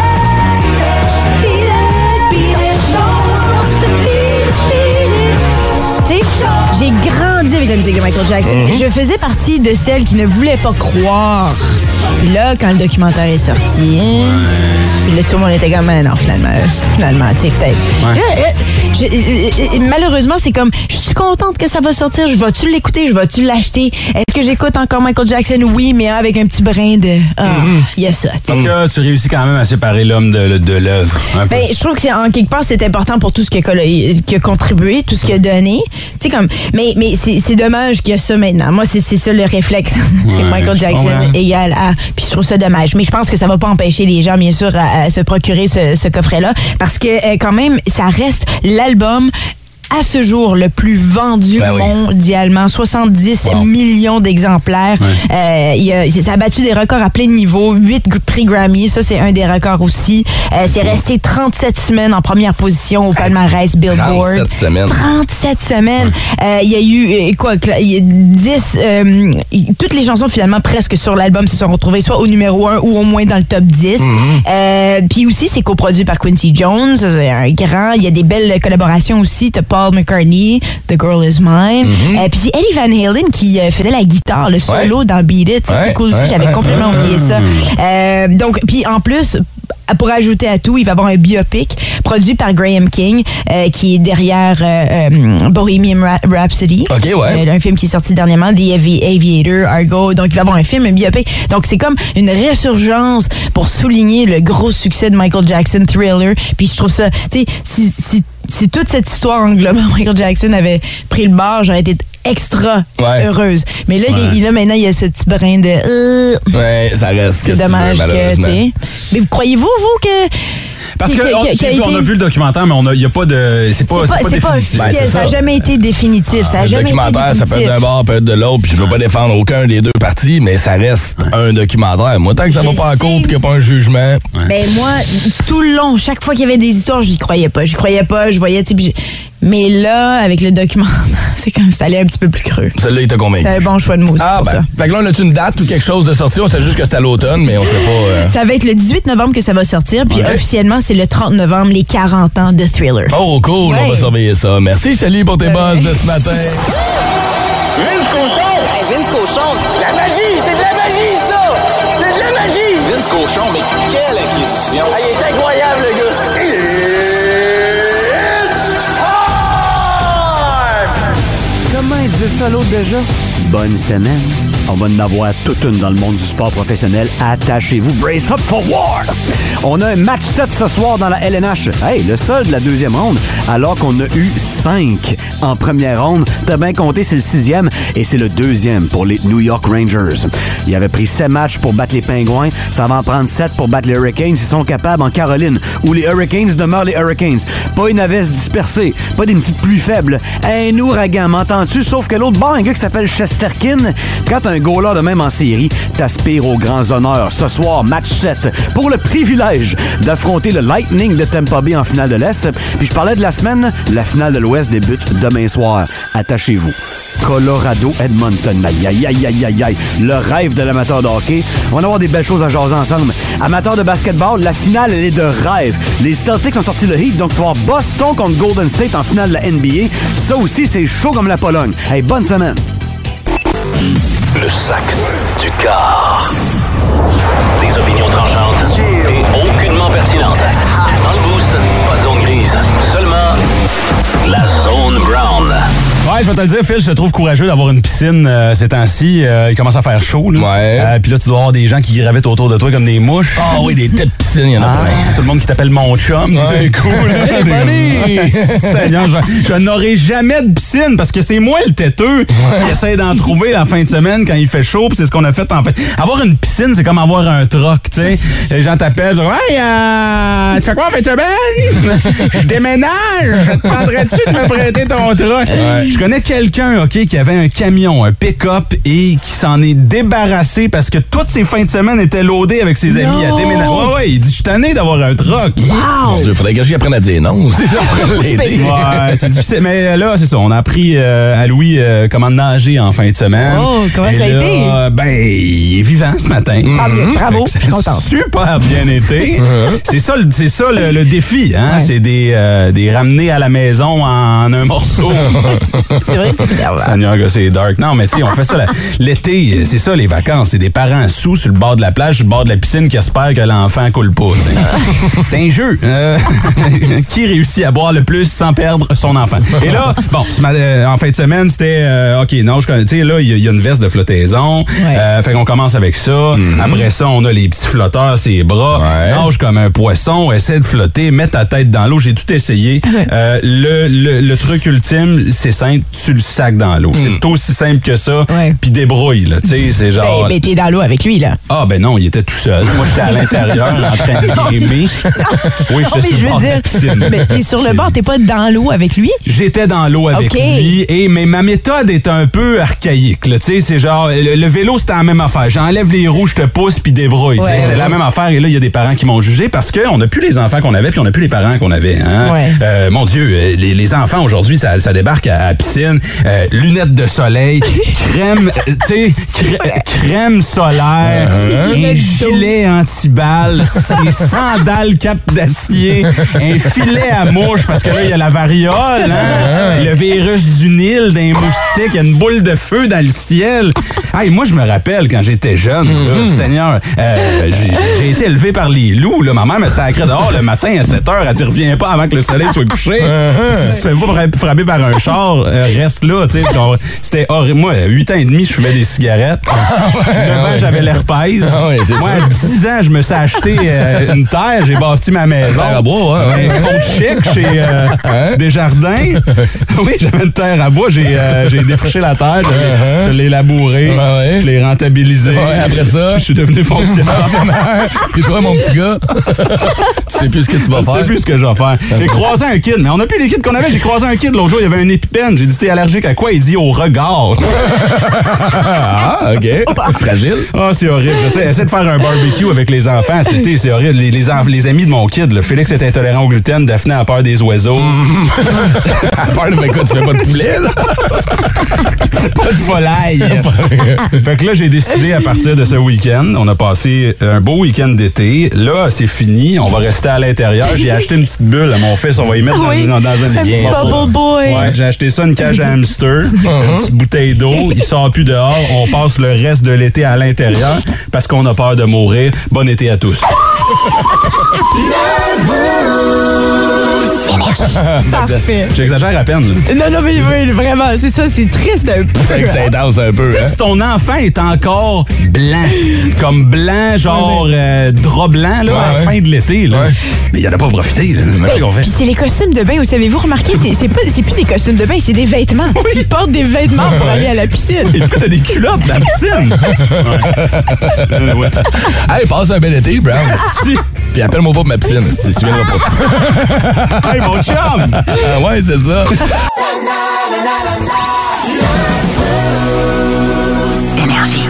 J'ai grandi avec la musique de Michael Jackson. Mm-hmm. Je faisais partie de celles qui ne voulaient pas croire. Puis là, quand le documentaire est sorti, ouais. puis là, tout le monde était comme, non, finalement, finalement, tu sais, peut-être. Ouais. Là, je, malheureusement, c'est comme, je suis contente que ça va sortir. Je vais-tu l'écouter? Je vais-tu l'acheter? Est-ce que j'écoute encore Michael Jackson? Oui, mais avec un petit brin de, ah, il mm-hmm. y a ça. Parce que tu réussis quand même à séparer l'homme de, de l'œuvre. Ben, je trouve que c'est, en quelque part, c'est important pour tout ce qui a, qui a contribué, tout ce qu'il a donné. Tu sais, comme, mais, mais c'est, c'est dommage qu'il y a ça maintenant. Moi, c'est, c'est ça le réflexe. c'est ouais, Michael Jackson égal à. Puis je trouve ça dommage. Mais je pense que ça va pas empêcher les gens, bien sûr, à, à se procurer ce, ce coffret-là. Parce que, euh, quand même, ça reste l'album à ce jour le plus vendu ben mondialement, oui. soixante-dix wow. millions d'exemplaires. Ouais. Euh, il a, ça a battu des records à plein niveau, huit prix Grammy, ça c'est un des records aussi. Euh, c'est resté trente-sept semaines en première position au palmarès Billboard. trente-sept semaines. trente-sept semaines. Ouais. Euh, il y a eu, quoi, il y a dix, euh, toutes les chansons finalement presque sur l'album se sont retrouvées soit au numéro un ou au moins dans le top dix. Mm-hmm. Euh, puis aussi, c'est coproduit par Quincy Jones, c'est un grand, il y a des belles collaborations aussi, t'as Paul McCartney, The Girl Is Mine. Mm-hmm. Euh, puis c'est Eddie Van Halen qui euh, faisait la guitare, le solo ouais. dans Beat It. Ça, ouais. c'est cool aussi, ouais. j'avais ouais. complètement ouais. oublié ça. Euh, donc, puis en plus, pour ajouter à tout, il va y avoir un biopic produit par Graham King euh, qui est derrière euh, euh, Bohemian Rhapsody. OK, ouais. Euh, un film qui est sorti dernièrement, The Aviator, Argo. Donc, il va y avoir un film, un biopic. Donc, c'est comme une résurgence pour souligner le gros succès de Michael Jackson, Thriller. Puis, je trouve ça, tu sais, si, si, si toute cette histoire englobant Michael Jackson avait pris le bord, j'aurais été extra ouais. heureuse. Mais là, ouais. il, là, maintenant, il y a ce petit brin de... Euh, ouais, ça reste. C'est dommage que, tu sais. Mais croyez-vous, vous, que... Parce qu'on a, été... a vu le documentaire, mais il n'y a pas de... C'est pas, c'est pas, c'est pas, c'est définitif. pas officiel, ben, ça n'a jamais été définitif. Ah, ça a le jamais documentaire, été ça peut être d'un bord, peut être de l'autre, puis je ne veux pas défendre aucun des deux parties, mais ça reste ouais. un documentaire. Moi, tant que ça ne va pas en cours et qu'il n'y a pas un jugement... Ouais. Ben moi, tout le long, chaque fois qu'il y avait des histoires, j'y croyais pas. J'y croyais pas, je voyais... Mais là, avec le document, c'est comme ça allait un petit peu plus creux. Celle-là, il t'a convaincu. C'était un bon choix de mots. Ah, ben. Ça. Fait que là, on a-tu une date ou quelque chose de sortir? On sait juste que c'est à l'automne, mais on sait pas. Euh... Ça va être le dix-huit novembre que ça va sortir, puis okay. officiellement, c'est le trente novembre, les quarante ans de Thriller. Oh, cool, ouais. On va surveiller ça. Merci, Chélie, pour tes ouais. buzz de ce matin. Vince Cochon! Hey, Vince Cochon! La magie! C'est de la magie, ça! C'est de la magie! Vince Cochon, mais quelle acquisition! Ah, il est incroyable, le gars! It's hard! Comment dire ça l'autre déjà? Bonne semaine. On va en avoir toute une dans le monde du sport professionnel. Attachez-vous. Brace up for war! On a un match sept ce soir dans la L N H. Hey, le seul de la deuxième ronde, alors qu'on a eu cinq en première ronde. T'as bien compté, c'est le sixième et c'est le deuxième pour les New York Rangers. Il avait pris sept matchs pour battre les Pingouins. Ça va en prendre sept pour battre les Hurricanes. Ils sont capables en Caroline, où les Hurricanes demeurent les Hurricanes. Pas une averse dispersée, pas des petites pluies faibles. Un ouragan, m'entends-tu? Sauf que l'autre bord, un gars qui s'appelle Shesterkin, quand un goaler de même en série, t'aspires aux grands honneurs. Ce soir, match sept, pour le privilège d'affronter le Lightning de Tampa Bay en finale de l'Est. Puis je parlais de la semaine, la finale de l'Ouest débute demain soir. Attachez-vous. Colorado-Edmonton. Aïe, aïe, aïe, aïe, aïe, aïe. Le rêve de l'amateur de hockey. On va avoir des belles choses à jaser ensemble. Amateur de basketball, la finale, elle est de rêve. Les Celtics ont sorti le Heat, donc tu vas avoir Boston contre Golden State en finale de la N B A. Ça aussi, c'est chaud comme la Pologne. Hey, bonne semaine. Le sac du car. Des opinions tranchantes et aucunement pertinentes. Dans le boost, pas de zone grise, seulement la zone brown. Ouais, je vais te le dire, Phil, je te trouve courageux d'avoir une piscine euh, ces temps-ci. Euh, il commence à faire chaud. Là. Ouais. Euh, Puis là, tu dois avoir des gens qui gravitent autour de toi comme des mouches. Ah oh, oui, des têtes piscines, il y en a ah, plein. Tout le monde qui t'appelle mon chum. Ouais. C'est cool. Hey, buddy! Seigneur, je, je n'aurai jamais de piscine parce que c'est moi le têteux ouais. qui essaie d'en trouver la fin de semaine quand il fait chaud. Puis c'est ce qu'on a fait en fait. Avoir une piscine, c'est comme avoir un troc, tu sais. Les gens t'appellent, genre, hey, euh, tu fais quoi en fin de semaine? Je déménage. Te prendrais-tu de me prêter ton troc? Ouais. Je connais quelqu'un, OK, qui avait un camion, un pick-up et qui s'en est débarrassé parce que toutes ses fins de semaine étaient loadées avec ses amis no. à déménager. Ouais, ouais, il dit, je suis tanné d'avoir un truck. Wow! Il faudrait que j'y apprenne à dire non. C'est ça, ouais, c'est difficile. Mais là, c'est ça, on a appris euh, à Louis euh, comment nager en fin de semaine. Oh, comment et ça a là, été? Euh, ben, il est vivant ce matin. Mm-hmm. Bravo, je suis content. Super bien été. Mm-hmm. C'est ça, c'est ça le, le défi, hein? Ouais. C'est des, euh, des ramener à la maison en un morceau. C'est vrai, c'est énervant. Seigneur, c'est dark. Non, mais tu sais, on fait ça la, l'été, c'est ça les vacances. C'est des parents sous sur le bord de la plage, sur le bord de la piscine qui espèrent que l'enfant coule pas. C'est un jeu. Euh, qui réussit à boire le plus sans perdre son enfant? Et là, bon, en fin de semaine, c'était euh, OK, non, je connais, tu sais, là, il y, y a une veste de flottaison. Ouais. Euh, fait qu'on commence avec ça. Mm-hmm. Après ça, on a les petits flotteurs, ses bras. Ouais. Nage comme un poisson, essaie de flotter, mets ta tête dans l'eau. J'ai tout essayé. Ouais. Euh, le, le, le truc ultime, c'est simple, tu le sacs dans l'eau. Mm. C'est aussi simple que ça. Ouais. Puis débrouille, là. Tu sais, c'est genre. Ben, ben t'es dans l'eau avec lui, là. Ah, ben non, il était tout seul. Moi, j'étais à l'intérieur, en train de grimer. Oui, j'étais sur le bord de la piscine. Mais t'es sur le bord, t'es pas dans l'eau avec lui? J'étais dans l'eau avec okay. lui. Et, mais ma méthode est un peu archaïque, là. Tu sais, c'est genre, le, le vélo, c'était la même affaire. J'enlève les roues, je te pousse, puis débrouille. Ouais, c'était ouais. la même affaire. Et là, il y a des parents qui m'ont jugé parce qu'on n'a plus les enfants qu'on avait, puis on n'a plus les parents qu'on avait. Hein? Ouais. Euh, mon Dieu, les, les enfants, aujourd'hui, ça, ça débarque à la piscine. Euh, lunettes de soleil, crème, tu sais, crème, crème solaire, uh-huh. un gilet anti-balles, des sandales cap d'acier, un filet à mouche, parce que là, il y a la variole, hein? Uh-huh. Le virus du Nil, des moustiques, il y a une boule de feu dans le ciel. Hey, moi, je me rappelle quand j'étais jeune, mm-hmm. là, Seigneur, euh, j'ai, j'ai été élevé par les loups. Là. Ma mère me sacrait dehors le matin à sept heures. Elle dit, reviens pas avant que le soleil soit couché. Uh-huh. Si tu te fais pas frapper par un char, euh, reste là. Tu sais. C'était horrible. Moi, à huit ans et demi, je fumais des cigarettes. neuf ans, j'avais l'herpès. Ah ouais, moi, à dix ans, je me suis acheté euh, une terre. J'ai bâti ma maison. Terre à bois, ouais. Un compte chèque chez euh, hein? Desjardins. Oui, j'avais une terre à bois. J'ai, euh, j'ai défriché la terre. Je, uh-huh. je l'ai labourée. Ah ouais. Je l'ai rentabilisée. Ouais, après ça, je suis devenu fonctionnaire. Puis toi, mon petit gars, tu sais plus ce que tu vas je faire. Je sais plus ce que je vais faire. J'ai croisé un kid, mais on n'a plus les kids qu'on avait. J'ai croisé un kid l'autre jour. Il y avait un épipène. J'ai dit, t'es allergique à quoi? Il dit, au regard. Ah, OK. Fragile. Ah, c'est horrible. J'essaie, essaie de faire un barbecue avec les enfants cet été. C'est horrible. Les, les, les amis de mon kid, là, Félix est intolérant au gluten, Daphné a peur des oiseaux. À peur de quoi? Tu fais pas de poulet, là? Pas de volaille. Fait que là, j'ai décidé à partir de ce week-end, on a passé un beau week-end d'été. Là, c'est fini. On va rester à l'intérieur. J'ai acheté une petite bulle à mon fils. On va y mettre oui, dans, dans, dans un petit bubble boy. Ouais, j'ai acheté ça, une cage à hamster, uh-huh. une petite bouteille d'eau. Il sort plus dehors. On passe le reste de l'été à l'intérieur parce qu'on a peur de mourir. Bon été à tous. Parfait. J'exagère à peine. Là. Non, non, mais oui, vraiment, c'est ça, c'est triste un peu. C'est que c'est intense un peu. Hein? Si ton enfant est encore blanc, comme blanc, genre ouais, euh, drap blanc, là, ouais, à la fin de l'été, là, ouais. mais il en a pas profité. Là, puis c'est les costumes de bain aussi. Avez-vous remarqué, c'est, c'est, pas, c'est plus des costumes de bain, c'est des vêtements. Oui. Ils portent des vêtements pour aller à la piscine. Et pourquoi t'as des culottes dans la piscine? ouais. ouais. Hey, passe un bel été, Brown. Si. Puis appelle-moi pas pour ma piscine, si tu viendras pas. Hey, mon chum! Ah ouais, c'est ça. Énergie.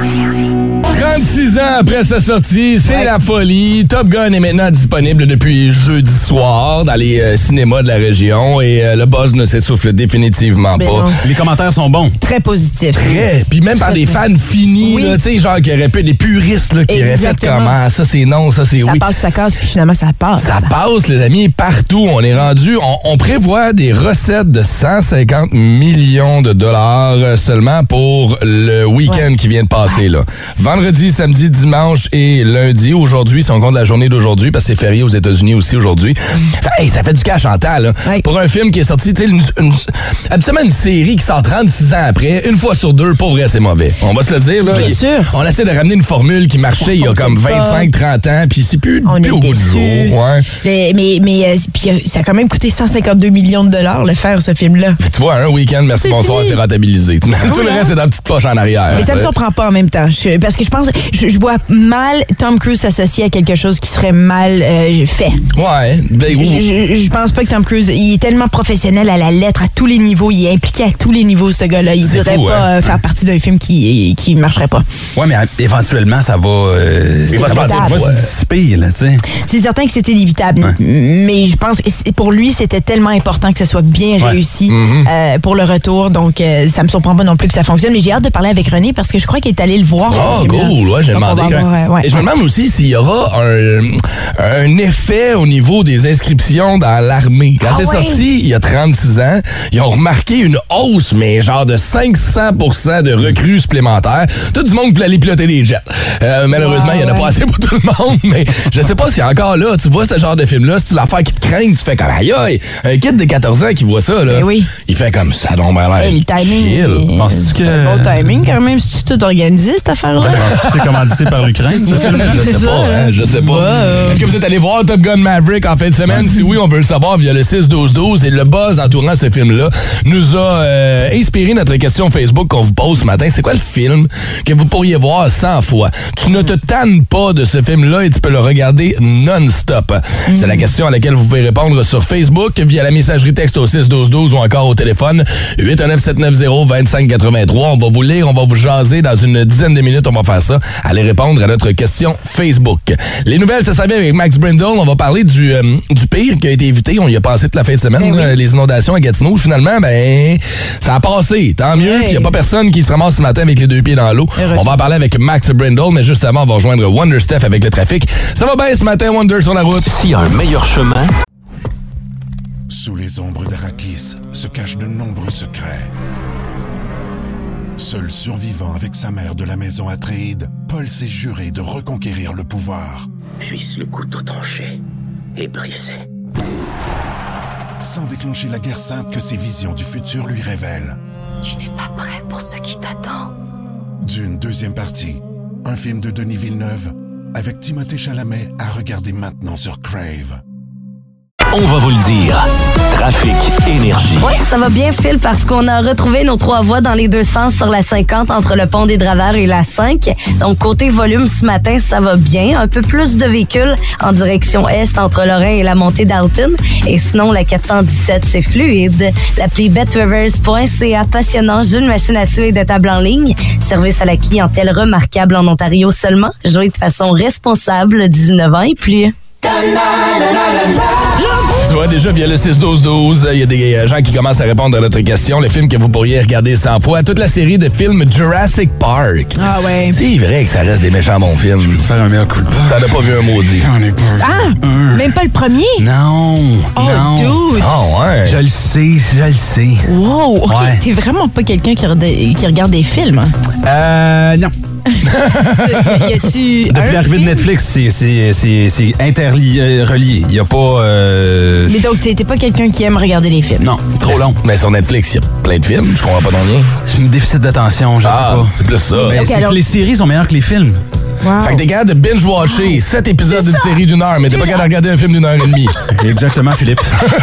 trente-six ans après sa sortie, c'est ouais. la folie. Top Gun est maintenant disponible depuis jeudi soir dans les euh, cinémas de la région et euh, le buzz ne s'essouffle définitivement ben pas. Non. Les commentaires sont bons. Très positifs. Très. Puis même Très par des fans finis, oui. tu sais, genre qui auraient pu des puristes là, qui Exactement. auraient fait comment. Ça c'est non, ça c'est ça oui. Ça passe, ça casse, puis finalement ça passe. Ça, ça passe, les amis, partout. On est rendu, on, on prévoit des recettes de cent cinquante millions de dollars seulement pour le week-end ouais. qui vient de passer. Là. Vendredi, samedi, dimanche et lundi. Aujourd'hui, si on compte la journée d'aujourd'hui, parce que c'est férié aux États-Unis aussi aujourd'hui. Hey, ça fait du cash en temps, là. Oui. Pour un film qui est sorti, tu sais, une, une, habituellement une série qui sort trente-six ans après, une fois sur deux, pour vrai, c'est mauvais. On va se le dire, là. Bien il, sûr. On essaie de ramener une formule qui marchait il y a comme vingt-cinq trente ans, puis c'est plus, on plus au bout du jour. Ouais. Mais, mais, mais puis ça a quand même coûté cent cinquante-deux millions de dollars, le faire, ce film-là. Tu vois, un week-end, merci, c'est bonsoir, fini. C'est rentabilisé. Tout le reste, c'est dans la petite poche en arrière. Mais ça me surprend pas en même temps. Je, parce que je pense, je, je vois mal Tom Cruise s'associer à quelque chose qui serait mal euh, fait. Ouais. Ben, je, je, je pense pas que Tom Cruise, il est tellement professionnel à la lettre, à tous les niveaux, il est impliqué à tous les niveaux, ce gars-là. Il devrait pas hein? faire partie d'un film qui qui marcherait pas. Ouais, mais éventuellement, ça va, euh, ça va, ça va se dissiper, là, tu sais. C'est certain que c'était inévitable, ouais. mais je pense que pour lui, c'était tellement important que ça soit bien ouais. réussi mm-hmm. euh, pour le retour, donc euh, ça me surprend pas non plus que ça fonctionne, mais j'ai hâte de parler avec René parce que je crois qu'il est allé le voir. Oh, cool, ouais, j'ai demandé. Avoir, ouais. Et je me demande aussi s'il y aura un, un effet au niveau des inscriptions dans l'armée. Quand ah c'est ouais. sorti, il y a trente-six ans, ils ont remarqué une hausse, mais genre de cinq cents pour cent de recrues supplémentaires. Tout du monde voulait aller piloter des jets. Euh, malheureusement, il wow, n'y en a ouais. pas assez pour tout le monde, mais je sais pas si encore là, tu vois ce genre de film-là, si tu l'affaire qui te craint, tu fais comme aïe aïe, un kid de quatorze ans qui voit ça, là, oui. il fait comme ça, donc ben là, hey, le timing, penses-tu que... c'est un bon timing quand même, si tu tout organisé cette affaire-là. Penses-tu que c'est commandité par l'Ukraine, ce film-là? Je sais pas, hein, je sais pas. Wow. Est-ce que vous êtes allé voir Top Gun Maverick en fin de semaine? Si oui, on veut le savoir via le six douze douze. Et le buzz entourant ce film-là nous a euh, inspiré notre question Facebook qu'on vous pose ce matin. C'est quoi le film que vous pourriez voir cent fois? Tu ne te tannes pas de ce film-là et tu peux le regarder non-stop. Mm. C'est la question à laquelle vous pouvez répondre sur Facebook via la messagerie texte au six douze douze ou encore au téléphone huit un neuf sept neuf zéro deux cinq huit trois. On va vous lire, on va vous jaser dans une dizaine de minutes. On va faire ça. Allez répondre à notre question Facebook. Les nouvelles, ça s'en vient avec Max Brindle. On va parler du, euh, du pire qui a été évité. On y a passé toute la fin de semaine, ben oui. euh, les inondations à Gatineau. Finalement, ben, ça a passé. Tant mieux. Puis il n'y a pas personne qui se ramasse ce matin avec les deux pieds dans l'eau. On va en parler avec Max Brindle, mais juste avant, on va rejoindre Wonder Steph avec le trafic. Ça va bien ce matin, Wonder, sur la route? S'il y a un meilleur chemin... Sous les ombres d'Arakis se cachent de nombreux secrets. Seul survivant avec sa mère de la maison Atréide, Paul s'est juré de reconquérir le pouvoir. Puisse le couteau tranché et brisé. Sans déclencher la guerre sainte que ses visions du futur lui révèlent. Tu n'es pas prêt pour ce qui t'attend. D'une deuxième partie, un film de Denis Villeneuve avec Timothée Chalamet à regarder maintenant sur Crave. On va vous le dire. Trafic Énergie. Oui, ça va bien, Phil, parce qu'on a retrouvé nos trois voies dans les deux sens sur la cinquante entre le pont des Draveurs et la cinq. Donc, côté volume, ce matin, ça va bien. Un peu plus de véhicules en direction est entre Lorrain et la montée d'Alton. Et sinon, la quatre cent dix-sept, c'est fluide. L'appli bet rivers point c a, passionnant, jeu de machine à sous et de table en ligne. Service à la clientèle remarquable en Ontario seulement. Jouer de façon responsable, dix-neuf ans et plus. Tu vois, déjà, via le six douze douze, il y a des gens qui commencent à répondre à notre question. Le film que vous pourriez regarder cent fois. Toute la série de films Jurassic Park. Ah ouais. C'est vrai que ça reste des méchants bons films. Je peux te faire un meilleur coup de pas. T'en as pas vu un maudit. J'en ai pas vu. Ah! Un. Même pas le premier? Non. Oh, non. dude. Oh, ouais. Je le sais, je le sais. Wow. OK. Ouais. T'es vraiment pas quelqu'un qui, re- qui regarde des films, hein? Euh, non. y a-tu Depuis l'arrivée de Netflix, c'est, c'est, c'est, c'est interrelié. Il n'y a pas... Euh, Mais donc, t'es pas quelqu'un qui aime regarder les films? Non, trop long. Mais sur Netflix, il y a plein de films. Je comprends pas ton lien. C'est un déficit d'attention, je ah, sais pas. C'est plus ça. Mais okay, c'est alors... que les séries sont meilleures que les films. Wow. Fait que t'es capable de binge-watcher sept épisodes d'une série d'une heure, mais t'es pas capable de regarder un film d'une heure et demie. Exactement, Philippe.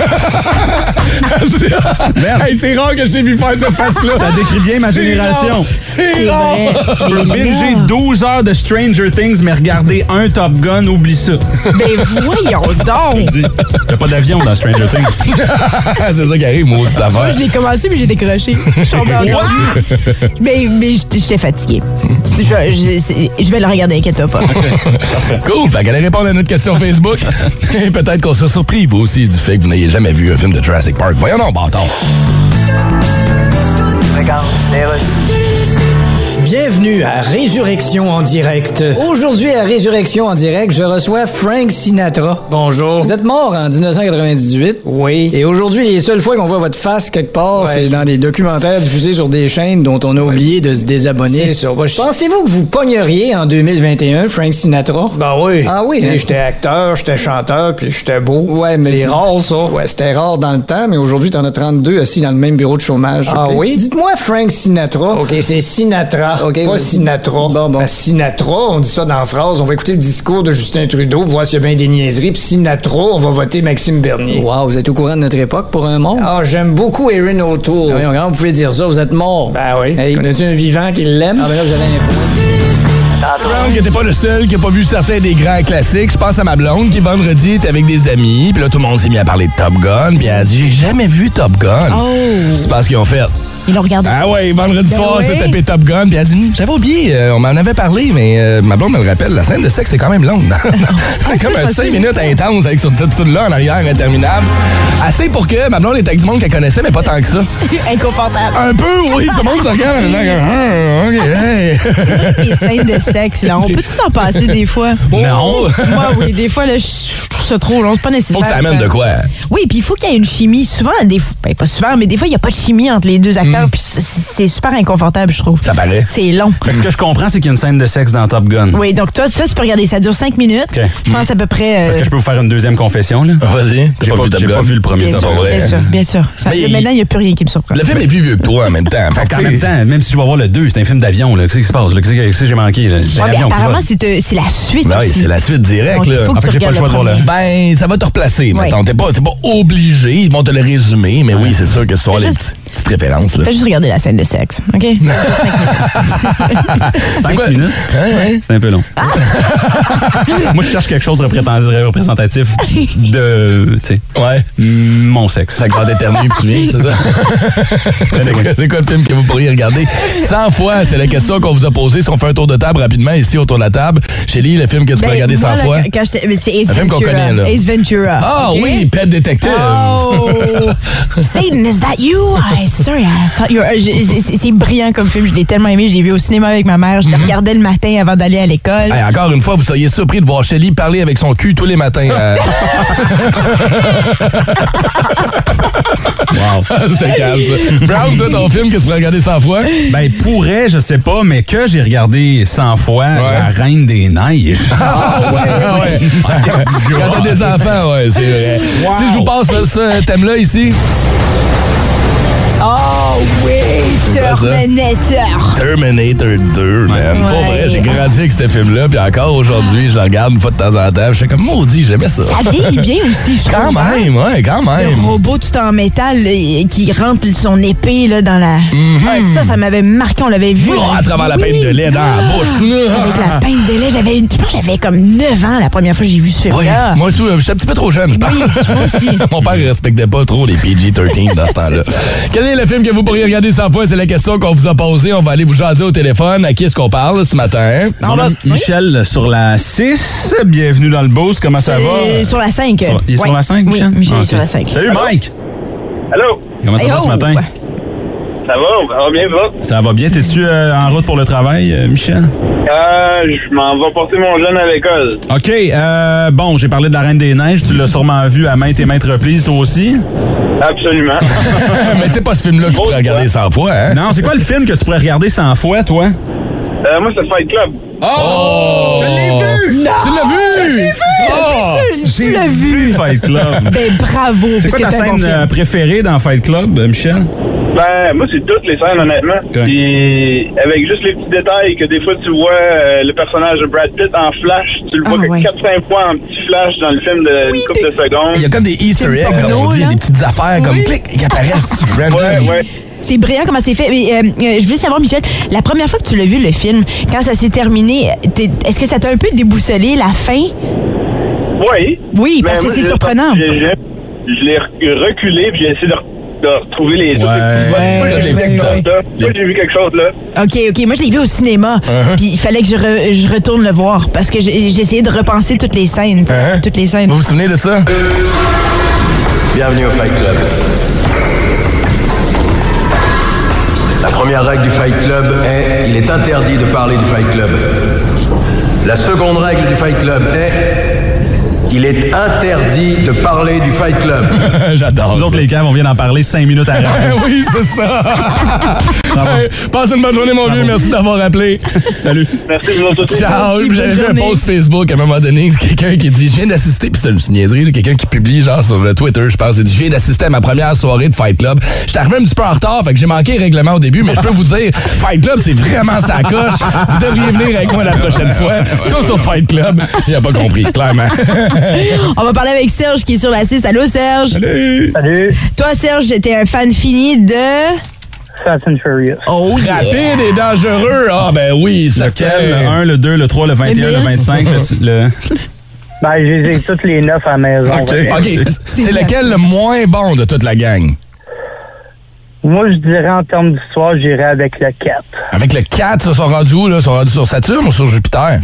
Merde. Hey, c'est rare que je t'ai vu faire cette face-là. Ça décrit bien ma génération. C'est rare. Je peux binger douze heures de Stranger Things, mais regarder un Top Gun, oublie ça. Ben voyons donc. Il n'y a pas d'avion dans Stranger Things. C'est ça qui arrive, moi, cette affaire. Moi, je l'ai commencé, mais j'ai décroché. Je suis tombée en Mais, mais j'étais fatiguée. Je, je, je vais le regarder, inquiète-toi pas. Cool. Fait qu'elle allait répondre à notre question Facebook. Et peut-être qu'on sera surpris, vous aussi, du fait que vous n'ayez jamais vu un film de Jurassic Park. Voyons donc, bâtard. Regarde, les rues. Bienvenue à Résurrection en direct. Aujourd'hui à Résurrection en direct, je reçois Frank Sinatra. Bonjour. Vous êtes mort en dix-neuf cent quatre-vingt-dix-huit. Oui. Et aujourd'hui, les seules fois qu'on voit votre face quelque part, ouais. c'est dans des documentaires diffusés sur des chaînes dont on a oublié ouais. de se désabonner. C'est ça. Pensez-vous que vous pogneriez en deux mille vingt et un, Frank Sinatra? Ben oui. Ah oui. Hein? J'étais acteur, j'étais chanteur, puis j'étais beau. Ouais, mais c'est rare ça. Ouais, c'était rare dans le temps, mais aujourd'hui, t'en as trente-deux assis dans le même bureau de chômage. Ah okay. oui? Dites-moi Frank Sinatra. OK, c'est Sinatra. OK, pas Sinatra. Bon, bon. Sinatra, on dit ça dans la phrase. On va écouter le discours de Justin Trudeau pour voir s'il y a bien des niaiseries. Puis Sinatra, on va voter Maxime Bernier. Wow, vous êtes au courant de notre époque pour un mort? Ah, j'aime beaucoup Erin O'Toole. Ah, comment vous pouvez dire ça? Vous êtes mort. Ben oui. Hey, connais-tu un vivant qui l'aime? Ah, ben là, vous avez un point. Brown, que t'es pas le seul qui a pas vu certains des grands classiques. Je pense à ma blonde qui, vendredi, était avec des amis. Puis là, tout le monde s'est mis à parler de Top Gun. Puis elle a dit, j'ai jamais vu Top Gun. Oh. C'est parce qu'ils ont fait. Ils l'ont regardé. Ah ouais, vendredi ben soir, oui. c'est tapé Top Gun. Puis elle a dit, j'avais oublié, euh, on m'en avait parlé, mais euh, ma blonde me le rappelle, la scène de sexe, c'est quand même longue. C'est comme un cinq minutes intense avec sur tout, tout là en arrière, interminable. Assez pour que ma blonde était avec du monde qu'elle connaissait, mais pas tant que ça. Inconfortable. Un peu, oui, tout le monde se regarde. OK, hey. C'est vrai que les scènes de sexe, là, on peut-tu s'en passer des fois? Oh. Non. Moi, oui, des fois, là, je trouve ça trop long. C'est pas nécessaire. Faut que ça amène de quoi? Oui, puis il faut qu'il y ait une chimie. Souvent, des fois, ben, pas souvent, mais des fois, il n'y a pas de chimie entre les deux acteurs. Mm. Puis c'est super inconfortable, je trouve. Ça paraît. C'est long. Fait que ce que je comprends, c'est qu'il y a une scène de sexe dans Top Gun. Oui, donc toi, ça, tu peux regarder. Ça dure cinq minutes. Okay. Je pense à peu près. Euh... Est-ce que je peux vous faire une deuxième confession, là? Vas-y. J'ai pas, pas, vu, pas vu le premier bien Top Gun. Bien sûr, bien sûr. Ça, Mais maintenant, il n'y a plus rien qui me surprend. Le film est plus vieux que toi en même temps. Fait en même temps, même si je vais voir le deux, c'est un film d'avion, là. Qu'est-ce qui se passe, là? Qu'est-ce que j'ai manqué, là? C'est ouais, l'avion. Apparemment, c'est, c'est la suite. Ben oui, c'est la suite directe, là. En fait, j'ai pas le choix de voir le. Ben, ça va te replacer. Ouais. T'es pas, t'es pas obligé. Ils vont te le résumer. Mais oui, c'est sûr que ce sont les petites références, là. Fais juste regarder la scène de sexe, OK? cinq minutes? Ouais. C'est un peu long. Ah! Moi, je cherche quelque chose de représentatif de, tu sais, ouais. mon sexe. Ça quand t'éternues puis tu viens, c'est ça? c'est, quoi, c'est quoi le film que vous pourriez regarder cent fois? C'est la question qu'on vous a posée. Si on fait un tour de table rapidement ici autour de la table. Shelly, le film que tu ben, peux regarder cent là, fois? Quand mais c'est Ace un Ventura. film qu'on connaît, là. Ace Ventura. Ah okay? oui, Pet Detective. Oh! Satan, is that you? I, sorry, I thought you were... C'est, c'est brillant comme film. Je l'ai tellement aimé. Je l'ai vu au cinéma avec ma mère. Je le mm-hmm. regardais le matin avant d'aller à l'école. Hey, encore une fois, vous seriez surpris de voir Shelly parler avec son cul tous les matins. Euh... Wow. C'était calme, ça. Brown, toi, ton film que tu pourrais regarder cent fois? Ben, pourrait, je sais pas, mais que j'ai regardé cent fois, ouais. La Reine des Neiges. Ah, ouais, ouais. Quand t'as des enfants, ouais, c'est vrai. Wow. Si je vous passe ce, ce thème-là ici... Oh oui, Terminator. Terminator deux, man. Ouais. Pas vrai, j'ai grandi avec ce film-là, puis encore aujourd'hui, je le regarde une fois de temps en temps. Je suis comme maudit, j'aimais ça. Ça vieillit bien aussi, je trouve. Quand même, ouais, quand même. Le robot tout en métal là, qui rentre son épée là, dans la. Mm-hmm. Ouais, ça, ça m'avait marqué, on l'avait vu. Oh, à travers oui. la pinte de lait dans la bouche. Avec la pinte de lait, j'avais, je pense que j'avais comme neuf ans la première fois que j'ai vu ce film-là. Ouais, moi aussi, j'étais un petit peu trop jeune, je pense. Oui, moi aussi. Mon père ne respectait pas trop les P G treize dans ce temps-là. Quel est le film que vous pourriez regarder cent fois? C'est la question qu'on vous a posée. On va aller vous jaser au téléphone. À qui est-ce qu'on parle ce matin? On a Michel oui? sur la six. Bienvenue dans le boost. Comment ça va? Sur la cinq. Sur, il est oui. sur la cinq, Michel? Oui, Michel ah, est okay. sur la cinq. Salut, Mike! Allô? Comment ça hey va oh. ce matin? Ça va? Ça va bien, va? Ça va bien. T'es-tu euh, en route pour le travail, euh, Michel? Euh, je m'en vais porter mon jeune à l'école. OK. Euh, bon, j'ai parlé de la Reine des Neiges. Tu l'as sûrement vu à maintes et maintes reprises, toi aussi? Absolument. Mais c'est pas ce film-là que tu pourrais regarder cent fois, hein? Non, c'est quoi le film que tu pourrais regarder cent fois, toi? Euh, moi, c'est Fight Club. Oh! Je l'ai vu! Non! Tu l'as vu? Je l'ai vu! Oh! Tu l'as vu! Fight Club. Ben, bravo! C'est quoi ta scène euh, préférée dans Fight Club, euh, Michel? Ben, moi, c'est toutes les scènes, honnêtement. Okay. Puis, avec juste les petits détails que des fois, tu vois euh, le personnage de Brad Pitt en flash. Tu le vois Ah, que ouais. quatre cinq fois en petit flash dans le film de Oui, une couple des- de secondes. Il y a comme des Easter eggs, comme on dit, il y a des petites affaires comme Oui. clic qui apparaissent random. Ouais, ouais. C'est brillant comment c'est fait. Mais euh, euh, je voulais savoir, Michel, la première fois que tu l'as vu, le film, quand ça s'est terminé, t'es- est-ce que ça t'a un peu déboussolé, la fin? Oui. Oui, parce Ben, que moi, c'est j'ai- surprenant. j'ai- j'ai- Je l'ai re- reculé, puis j'ai essayé de, re- de retrouver les... Ouais. toutes les- Ouais, Moi, toutes j'ai les vu quelque petites- chose là. Moi, j'ai vu quelque chose là. OK, OK. Moi, je l'ai vu au cinéma. Uh-huh. Puis il fallait que je, re- je retourne le voir parce que j'ai j'ai essayé de repenser toutes les scènes. tu sais, Uh-huh. Toutes les scènes. Vous vous souvenez de ça? Bienvenue au Fight Club. La première règle du Fight Club est il est interdit de parler du Fight Club. La seconde règle du Fight Club est il est interdit de parler du Fight Club. J'adore. Nous ça. autres, les caves, on vient d'en parler cinq minutes à la radio. oui, c'est ça. Hey, passe une bonne journée, mon vieux. Merci d'avoir appelé. Salut. Merci, vous autres aussi. Ciao. Merci, J'avais bonne vu un journée. post Facebook à un moment donné, quelqu'un qui dit je viens d'assister, puis c'était une niaiserie, là, quelqu'un qui publie genre sur euh, Twitter, je pense, il dit je viens d'assister à ma première soirée de Fight Club. J'étais arrivé un petit peu en retard, fait que j'ai manqué le règlement au début, mais je peux vous dire, Fight Club, c'est vraiment sa coche. Vous devriez venir avec moi la prochaine fois. Tout sur Fight Club. Il a pas compris, clairement. On va parler avec Serge qui est sur la six. Allô, Serge? Salut. Salut. Toi, Serge, t'es un fan fini de... Fast and Furious. Oh, yeah. Rapide et dangereux. Ah, ben oui, ça Lequel? Le un, le deux, le trois, le vingt et un, le vingt-cinq, le... le... Ben, j'ai toutes les neuf à la maison. OK. OK. C'est lequel le moins bon de toute la gang? Moi, je dirais en termes d'histoire, j'irais avec le quatre. Avec le quatre, ça, sont rendus où, là? Ils sont rendus sur Saturne ou sur Jupiter?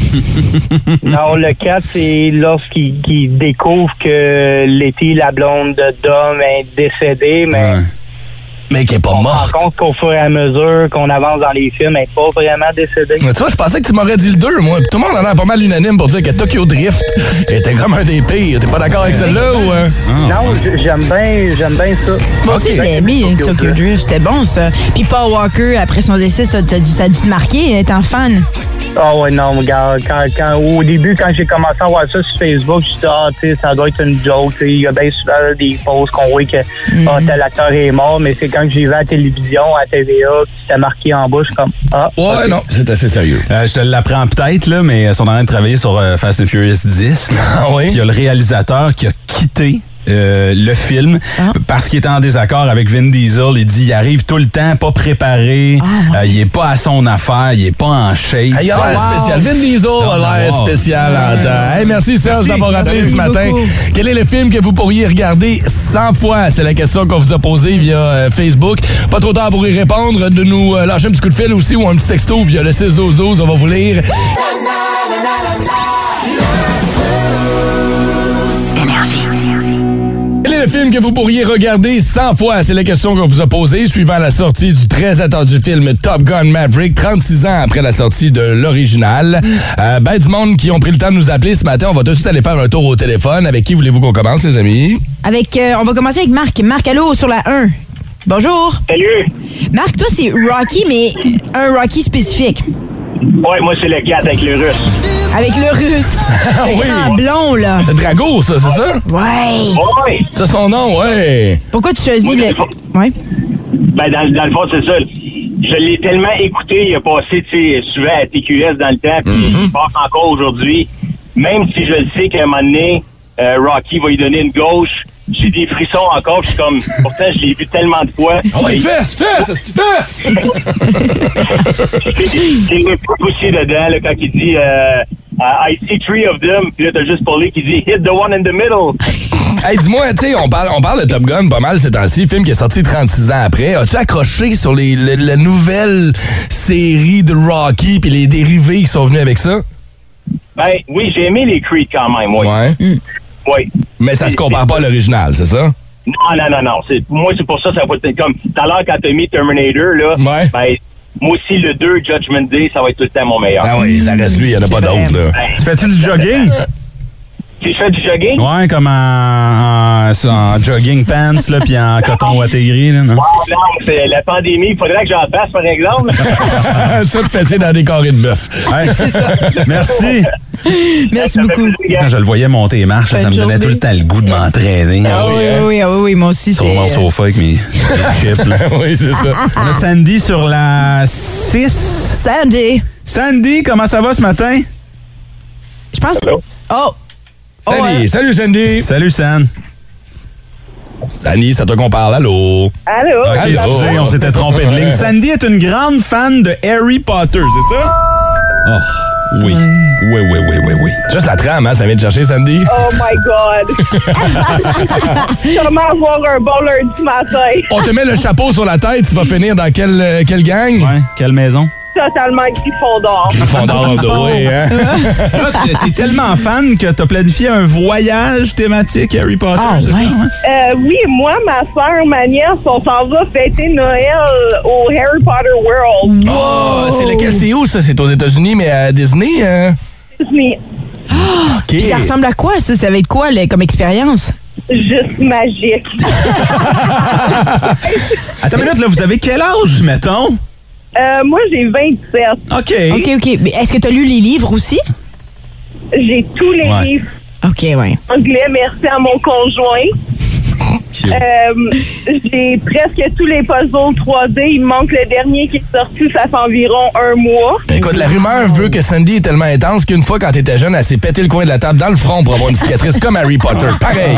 Non, le quatre, c'est lorsqu'il qu'il découvre que Letty, la blonde de Dom, est décédée, mais Ouais. Mais qui est pas on se morte. rend compte qu'au fur et à mesure qu'on avance dans les films, elle n'est pas vraiment décédée. Mais tu vois, je pensais que tu m'aurais dit le deux, moi. Puis tout le monde en a pas mal unanime pour dire que Tokyo Drift était comme un des pires. T'es pas d'accord avec celle-là ou... euh? Non, j- j'aime bien j'aime bien ça. Moi aussi, je l'ai aimé, Tokyo Drift. C'était bon, ça. Puis Paul Walker, après son décès, ça, t'as dû- ça a dû te marquer, étant fan. Ah ouais, non, regarde, quand, quand, au début, quand j'ai commencé à voir ça sur Facebook, je me suis dit, ah, tu sais, ça doit être une joke. Tu sais, il y a bien souvent des posts qu'on voit que ah, tel acteur est mort, mais c'est quand j'ai vu à la télévision, à la T V A, puis c'était marqué en bas, je suis comme, ah. Ouais, ok. non, c'est assez sérieux. Euh, je te l'apprends peut-être, là, mais ils sont en train de travailler sur euh, Fast and Furious dix. Ah oui? Puis il y a le réalisateur qui a quitté euh, le film Ah. parce qu'il était en désaccord avec Vin Diesel. Il dit il arrive tout le temps pas préparé, Ah, euh, il est pas à son affaire, il est pas en shape. Hey, il a l'air wow. spécial. Vin Diesel a l'air wow. spécial en temps. Hey, merci Serge Merci. d'avoir appelé Merci ce matin. beaucoup. Quel est le film que vous pourriez regarder cent fois? C'est la question qu'on vous a posée via euh, Facebook. Pas trop tard pour y répondre. De nous euh, lâcher un petit coup de fil aussi ou un petit texto via le six douze douze. On va vous lire. Énergie. Quel est le film que vous pourriez regarder cent fois? C'est la question qu'on vous a posée suivant la sortie du très attendu film Top Gun Maverick, trente-six ans après la sortie de l'original. Euh, ben du monde qui ont pris le temps de nous appeler ce matin. On va tout de suite aller faire un tour au téléphone. Avec qui voulez-vous qu'on commence, les amis? Avec, euh, on va commencer avec Marc. Marc, allô, sur la un. Bonjour. Salut! Marc, toi, c'est Rocky, mais un Rocky spécifique. Ouais, moi, c'est le quatre avec le russe. Avec le russe. Le oui. grand blond, là. Le Drago, ça, c'est ça? Ouais. Ouais! C'est son nom, ouais. Pourquoi tu choisis Oui, le... mais- Ouais. Ben, dans, dans le fond, c'est ça. Je l'ai tellement écouté, il a passé, tu sais, souvent à T Q S dans le temps, puis il passe encore aujourd'hui. Même si je le sais qu'à un moment donné, euh, Rocky va lui donner une gauche, j'ai des frissons encore, je suis comme, pourtant, je l'ai vu tellement de fois. Oh, Mais- il fesse, fesse, c'est fesse! J'ai le coup aussi dedans, là, quand il dit euh, I see three of them, puis là, t'as juste Paulie qui dit hit the one in the middle. Hey, dis-moi, tu sais, on parle, on parle de Top Gun pas mal ces temps-ci, film qui est sorti trente-six ans après. As-tu accroché sur les, le- la nouvelle série de Rocky puis les dérivés qui sont venus avec ça? Ben oui, j'ai aimé les Creed quand même, oui. Ouais. Oui. Mais ça se compare pas à l'original, c'est ça? Non, non, non, non. C'est, moi, c'est pour ça que ça va être comme tout à l'heure quand t'as mis Terminator, là. Ouais. Ben, moi aussi, le deux, Judgment Day, ça va être tout le temps mon meilleur. Ah oui, ça reste lui, il n'y en a pas d'autres, là. Tu fais-tu du jogging? Tu fais du jogging? Ouais, comme en, en en, en jogging pants, là, puis en coton ouaté gris, là, non? Non, c'est la pandémie. Il faudrait que j'en fasse, par exemple. Ça, te fesser dans des carrés de bœuf. Ouais. C'est ça. Merci. Merci beaucoup. Quand je le voyais monter les marches, là, ça me donnait tout le temps le goût de m'entraîner. Ah oui, oui, oui, oui, oui, moi aussi. Sur mon sofa avec mes, mes chips. Là. Oui, c'est ça. On a Sandy sur la six. Sandy. Sandy, comment ça va ce matin? Je pense... Hello. Oh! Sandy, Oh, ouais. salut Sandy. Salut, San. Sandy, c'est à toi qu'on parle. Allô? Allô? OK, Allô? excusez, on s'était trompé de ligne. Sandy est une grande fan de Harry Potter, c'est ça? Oh, oui. Oui, oui, oui, oui, oui. Juste la trame, hein? Ça vient de chercher, Sandy? Oh my God! Comment avoir un bon lundi matin? On te met le chapeau sur la tête, tu vas finir dans quelle, euh, quelle gang? Ouais, quelle maison? Totalement Gryffondor. Gryffondor, oui, hein? Là, t'es tellement fan que t'as planifié un voyage thématique Harry Potter, Ah, c'est ouais. ça? Hein? Euh, oui, moi, ma soeur, ma nièce, on s'en va fêter Noël au Harry Potter World. Oh, c'est lequel? C'est où, ça? C'est aux États-Unis, mais à Disney? Euh... Disney. OK. Puis ça ressemble à quoi, ça? Ça va être quoi, là, comme expérience? Juste magique. Attends une minute, là, vous avez quel âge, mettons? Euh, moi, j'ai vingt-sept. OK. OK, OK. Mais est-ce que tu as lu les livres aussi? J'ai tous les Ouais. livres OK, ouais. anglais, merci à mon conjoint. Euh, j'ai presque tous les puzzles trois D. Il me manque le dernier qui est sorti, ça fait environ un mois. Écoute, la rumeur veut que Sandy est tellement intense qu'une fois, quand elle était jeune, elle s'est pété le coin de la table dans le front pour avoir une cicatrice comme Harry Potter. Pareil.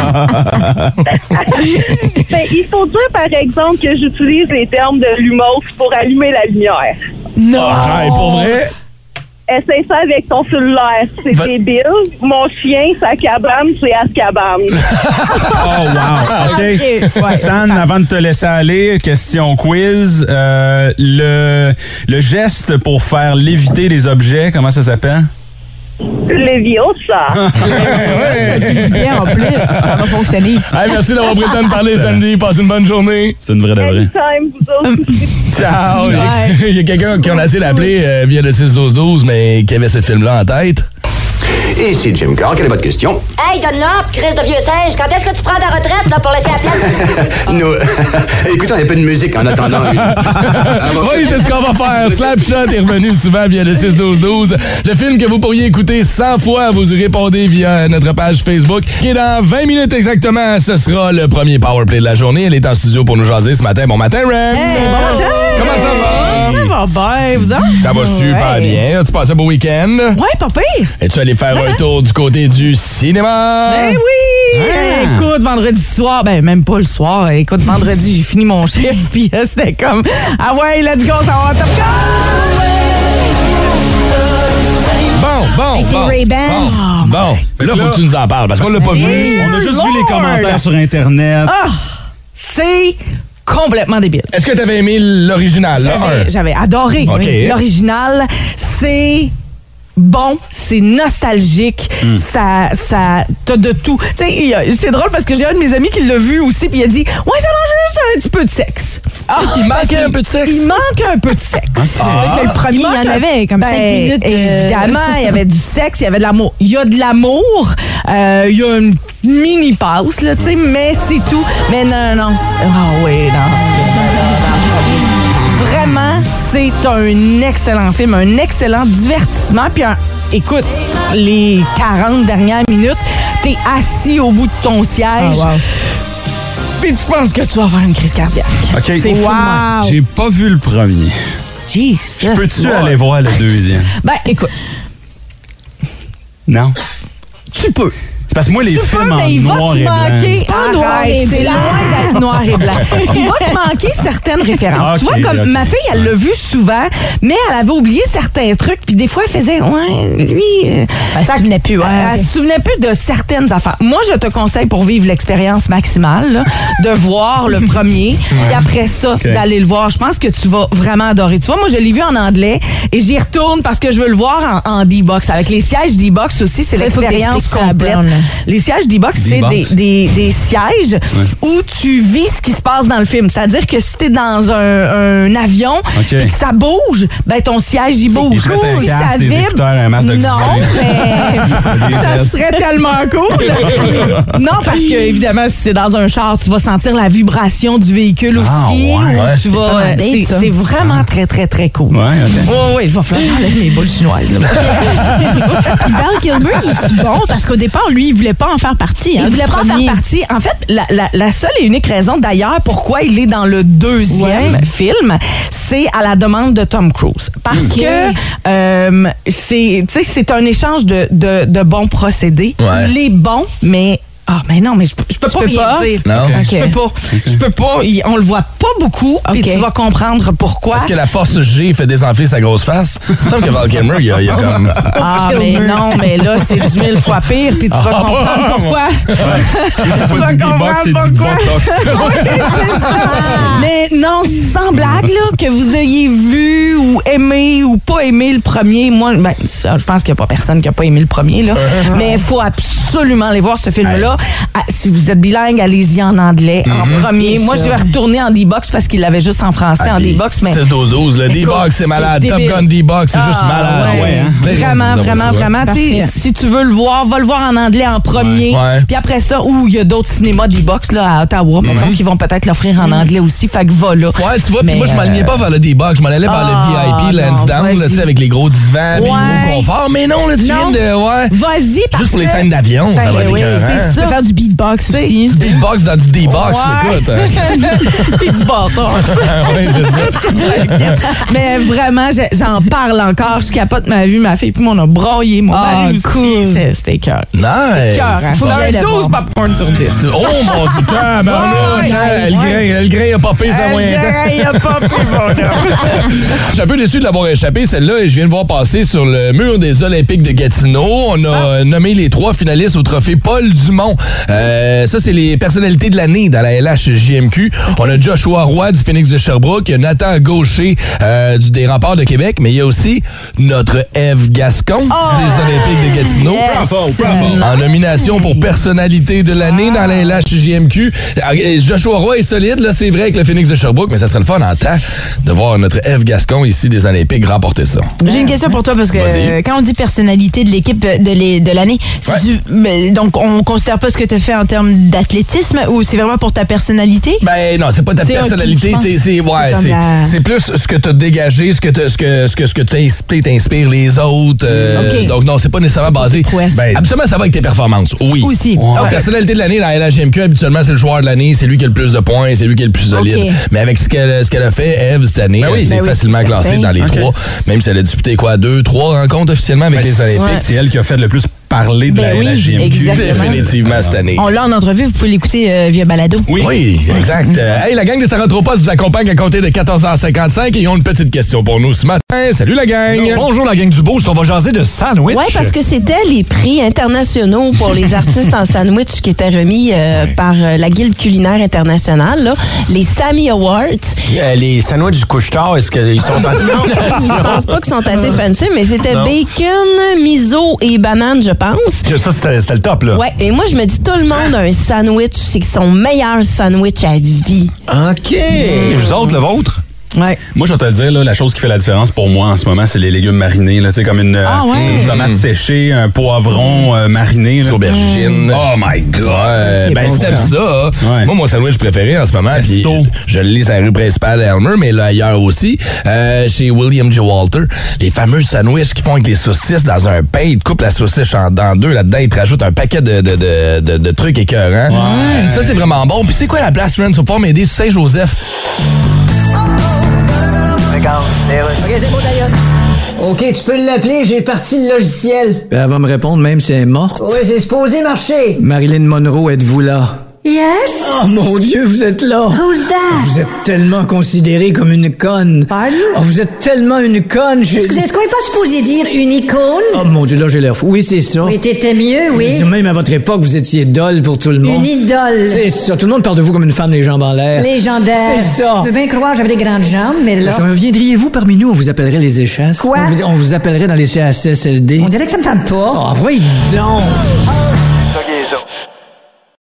Ben, il faut dire, par exemple, que j'utilise les termes de l'humour pour allumer la lumière. Non! Ah, et pour vrai? Essaye ça avec ton cellulaire, c'est Va- débile. Mon chien, sa cabane, c'est Azkaban. Oh, wow. OK. OK, ouais. San, avant de te laisser aller, question quiz. Euh, le, le geste pour faire léviter des objets, comment ça s'appelle? Leviosa. Ça te dit bien en plus. Ça va fonctionner. Hey, merci d'avoir pris le temps de parler, Sandy. Passe une bonne journée. C'est une vraie de vraie. Anytime, vous autres. Ciao. Bye. Il y a quelqu'un qui a essayé d'appeler euh, via le six douze douze, mais qui avait ce film-là en tête. Et ici Jim Carr, quelle est votre question? Hey, Dunlop, Chris de vieux singe, quand est-ce que tu prends ta retraite là, pour laisser la place? Nous, écoutons un peu de musique en attendant. Oui, c'est ce qu'on va faire. Slapshot est revenu souvent via le six douze douze. Le film que vous pourriez écouter cent fois, vous y répondez via notre page Facebook. Et dans vingt minutes exactement, ce sera le premier Powerplay de la journée. Elle est en studio pour nous jaser ce matin. Bon matin, Ren! Hey, bon matin! Comment ça va? Ça va bien, vous autres? Ça va super Ouais. bien. As-tu passé un beau week-end? Ouais, pas pire. Es-tu allé faire un tour du côté du cinéma? Ben oui! Ah. Écoute, vendredi soir, ben même pas le soir, écoute, vendredi, j'ai fini mon chiffre, puis euh, c'était comme, ah ouais, let's go, ça va, top Bon, bon, Avec bon. des Ray-Bans. Bon, bon. Là, faut que tu nous en parles, parce qu'on l'a pas vu. On a juste Lord. vu les commentaires sur Internet. Ah! C'est complètement débile. Est-ce que t'avais aimé l'original, là? J'avais- un? J'avais adoré. OK. Oui. L'original, c'est bon, c'est nostalgique, Hmm. ça, ça, t'as de tout. Tu sais, il y a- c'est drôle parce que j'ai un de mes amis qui l'a vu aussi, puis il a dit, ouais, ça mange juste un petit peu de sexe. Ah, Il manquait parce qu'il- un peu de sexe? Il manque un peu de sexe. Ah. Parce que le premier, Il y en manque un- avait comme ben, cinq minutes, euh. Évidemment, il y avait du sexe, il y avait de l'amour. Il y a de l'amour, euh, il y a une mini passe, là, tu sais, mais c'est tout. Mais non, non, c'est- ah oui, non, c'est- Vraiment, c'est un excellent film, un excellent divertissement. Puis, un- écoute, les quarante dernières minutes, t'es assis au bout de ton siège. Ah, wow. Puis tu penses que tu vas faire une crise cardiaque. OK. C'est fou de même. Wow. J'ai pas vu le premier. Jesus. Je peux-tu aller voir le deuxième? Ben, écoute, Non. tu peux. C'est parce que moi, les Tu films peux, en mais il va noir te et blanc. manquer. C'est pas noir et Arrête, c'est blanc. loin d'être noir et blanc. Il va te manquer certaines références. Ah, tu ok, vois, comme ok. ma fille, elle l'a vu souvent, mais elle avait oublié certains trucs, puis des fois, elle faisait, ouais, lui. euh, Elle se fait que- souvenait plus, ouais, Elle, ok. elle se souvenait plus de certaines affaires. Moi, je te conseille pour vivre l'expérience maximale, là, de voir le premier, puis après ça, Ok. d'aller le voir. Je pense que tu vas vraiment adorer. Tu vois, moi, je l'ai vu en anglais et j'y retourne parce que je veux le voir en, en D-Box. Avec les sièges D-Box aussi, c'est Ça, il faut que l'expérience t'expliques ça à complète. Brown, là. Les sièges d'e-box, c'est des, des, des sièges ouais. où tu vis ce qui se passe dans le film. C'est-à-dire que si t'es dans un, un avion okay. et que ça bouge, ben ton siège, il bouge. Si ça vibre, un masque d'oxygène. Non, mais ça serait tellement cool. Non, parce que, évidemment, si c'est dans un char, tu vas sentir la vibration du véhicule aussi. Ah, ouais, ouais. Tu vas, c'est, c'est vraiment très, très, très cool. Ouais, okay. oh, oui, je vais falloir j'enlève mes boules chinoises. Là. Puis Val Kilmer, il est bon parce qu'au départ, lui, il voulait pas en faire partie. Hein, il voulait pas en faire partie. En fait, la, la, la seule et unique raison, d'ailleurs, pourquoi il est dans le deuxième ouais. film, c'est à la demande de Tom Cruise. Parce okay. que euh, c'est, tu sais, c'est un échange de, de, de bons procédés. Ouais. Il est bon, mais ah, mais non, mais je, je peux pas rien pas? dire. Non. Okay. Je peux pas. Okay. Je peux pas. On le voit pas beaucoup. Okay. Et tu vas comprendre pourquoi. Est-ce que la force G fait désenfler sa grosse face? Il me semble que Val Kilmer, il y a, il y a comme... Ah, mais non, mais là, c'est dix mille fois pire. Puis tu vas ah, comprendre bon. pourquoi. Ouais. C'est pas du D-box, c'est du Botox. Oui, c'est ça. Mais non, sans blague, là, que vous ayez vu ou aimé ou pas aimé le premier, moi, ben, ça, je pense qu'il n'y a pas personne qui n'a pas aimé le premier, là. Mais il faut absolument aller voir ce film-là. Ah, si vous êtes bilingue, allez-y en anglais mm-hmm. en premier. Bien Moi, sûr. je vais retourner en D-Box parce qu'il l'avait juste en français ah, en D-Box. Mais six douze douze, le D-Box, c'est malade. C'est Top Gun D-Box, c'est ah, juste malade. Ouais, ouais, hein? Vraiment, vraiment, vraiment. Si tu veux le voir, va le voir en anglais en premier. Ouais, ouais. Puis après ça, ou il y a d'autres cinémas D-Box là, à Ottawa, mm-hmm. mettons, qui vont peut-être l'offrir en anglais aussi. Fait que va là. Ouais, tu vois, puis moi, je m'alignais pas vers le D-Box. Je m'en allais vers le V I P, Lansdowne, là, avec les gros divans, puis le confort. Mais non, là, tu viens de. Ouais. Vas-y, parce Juste pour les scènes d'avion, ça va être écœurant. Tu peux faire du beatbox aussi. Du beatbox dans du D-box, ouais. écoute. Puis du bâton. Oui, c'est ça. Mais vraiment, j'en parle encore. Je capote ma vie, ma fille, puis moi, on a broyé. Mon mari aussi. Cool. C'était cœur. Nice. Cœur. Faut que j'aille douze popcorn sur dix. Oh, mon Dieu, ben là, le grain a popé, ça moyen temps. Le grain a popé, mon homme. Je suis un peu déçu de l'avoir échappé, celle-là, et je viens de voir passer sur le mur des Olympiques de Gatineau. On a nommé les trois finalistes au trophée Paul Dumont. Euh, ça, c'est les personnalités de l'année dans la L H J M Q. On a Joshua Roy du Phoenix de Sherbrooke, il y a Nathan Gaucher euh, du, des Remparts de Québec, mais il y a aussi notre Ève Gascon oh, des Olympiques de Gatineau. Yes. Bravo, bravo. En nomination pour personnalité de l'année dans la L H J M Q. Joshua Roy est solide, là, c'est vrai, avec le Phoenix de Sherbrooke, mais ça serait le fun en temps de voir notre Ève Gascon ici des Olympiques remporter ça. J'ai une question pour toi, parce que euh, quand on dit personnalité de l'équipe de, les, de l'année, ouais. tu, donc on considère pas ce que tu as fait en termes d'athlétisme ou c'est vraiment pour ta personnalité? Ben non, c'est pas ta c'est personnalité, tout, c'est, c'est, ouais, c'est, la... c'est plus ce que tu as dégagé, ce que tu ce que, ce que, ce que t'inspires les autres. Euh, okay. Donc non, c'est pas nécessairement basé. Ben, habituellement, ça va avec tes performances, oui. Aussi. Ouais. Okay. Personnalité de l'année dans la L H J M Q, habituellement, c'est le joueur de l'année, c'est lui qui a le plus de points, c'est lui qui est le plus solide. Okay. Mais avec ce qu'elle, ce qu'elle a fait, Ève, cette année, ben oui, c'est ben facilement oui, classé dans les okay. trois. Même si elle a disputé quoi, deux, trois rencontres officiellement avec ben, les Olympiques. Ouais. C'est elle qui a fait le plus parler de ben la oui, L H J M Q. Exactement. Définitivement cette année. On l'a en entrevue, vous pouvez l'écouter euh, via Balado. Oui, oui exact. Mm-hmm. Euh, hey, la gang de Sarah Tropas vous accompagne à compter de quatorze heures cinquante-cinq et ils ont une petite question pour nous ce matin. Salut la gang! Non, bonjour la gang du Boost, on va jaser de sandwich. Oui, parce que c'était les prix internationaux pour les artistes en sandwich qui étaient remis euh, ouais. par euh, la Guilde culinaire internationale, là, les Sammy Awards. Euh, les sandwichs du couche-tard, est-ce qu'ils sont en je pense pas qu'ils sont assez fancy, mais c'était non. bacon, miso et banane, je pense. Ça, c'était, c'était le top, là. Ouais, et moi, je me dis, tout le monde a un sandwich, c'est son meilleur sandwich à vie. OK. Et vous autres, le vôtre? Ouais. Moi, je vais te le dire, là, la chose qui fait la différence pour moi en ce moment, c'est les légumes marinés. Là, comme une, ah, ouais. une tomate séchée, un poivron euh, mariné. Des aubergines. Oh my God! Ouais, ben, bon si t'aimes ça, ouais. moi, mon sandwich préféré en ce moment, pis je le lis sur la rue principale à Elmer, mais là, ailleurs aussi, euh, chez William J. Walter, les fameux sandwichs qu'ils font avec des saucisses dans un pain. Ils te coupent la saucisse en dans deux là-dedans, ils te rajoutent un paquet de, de, de, de, de trucs écœurants. Ouais. Ça, c'est vraiment bon. Puis c'est quoi la place, Ren? Ça va pouvoir m'aider sur Saint-Joseph. OK, c'est bon, d'ailleurs. OK, tu peux l'appeler, j'ai parti le logiciel. Ben, elle va me répondre même si elle est morte. Oui, c'est supposé marcher. Marilyn Monroe, êtes-vous là? Yes? Oh mon Dieu, vous êtes là! Who's that? Vous êtes tellement considérée comme une conne. Pardon? Oh, vous êtes tellement une conne. Je... Excusez, est-ce qu'on n'est pas supposé dire une icône? Oh mon Dieu, là j'ai l'air fou. Oui, c'est ça. Oui, t'étais mieux, oui. Même à votre époque, vous étiez idole pour tout le monde. Une idole. C'est ça. Tout le monde parle de vous comme une femme les jambes en l'air. Légendaire. C'est ça. Je peux bien croire que j'avais des grandes jambes, mais là... Viendriez-vous parmi nous? On vous appellerait les échasses. Quoi? On vous, on vous appellerait dans les C H S L D. On dirait que ça me tente pas. Oh, oui, donc!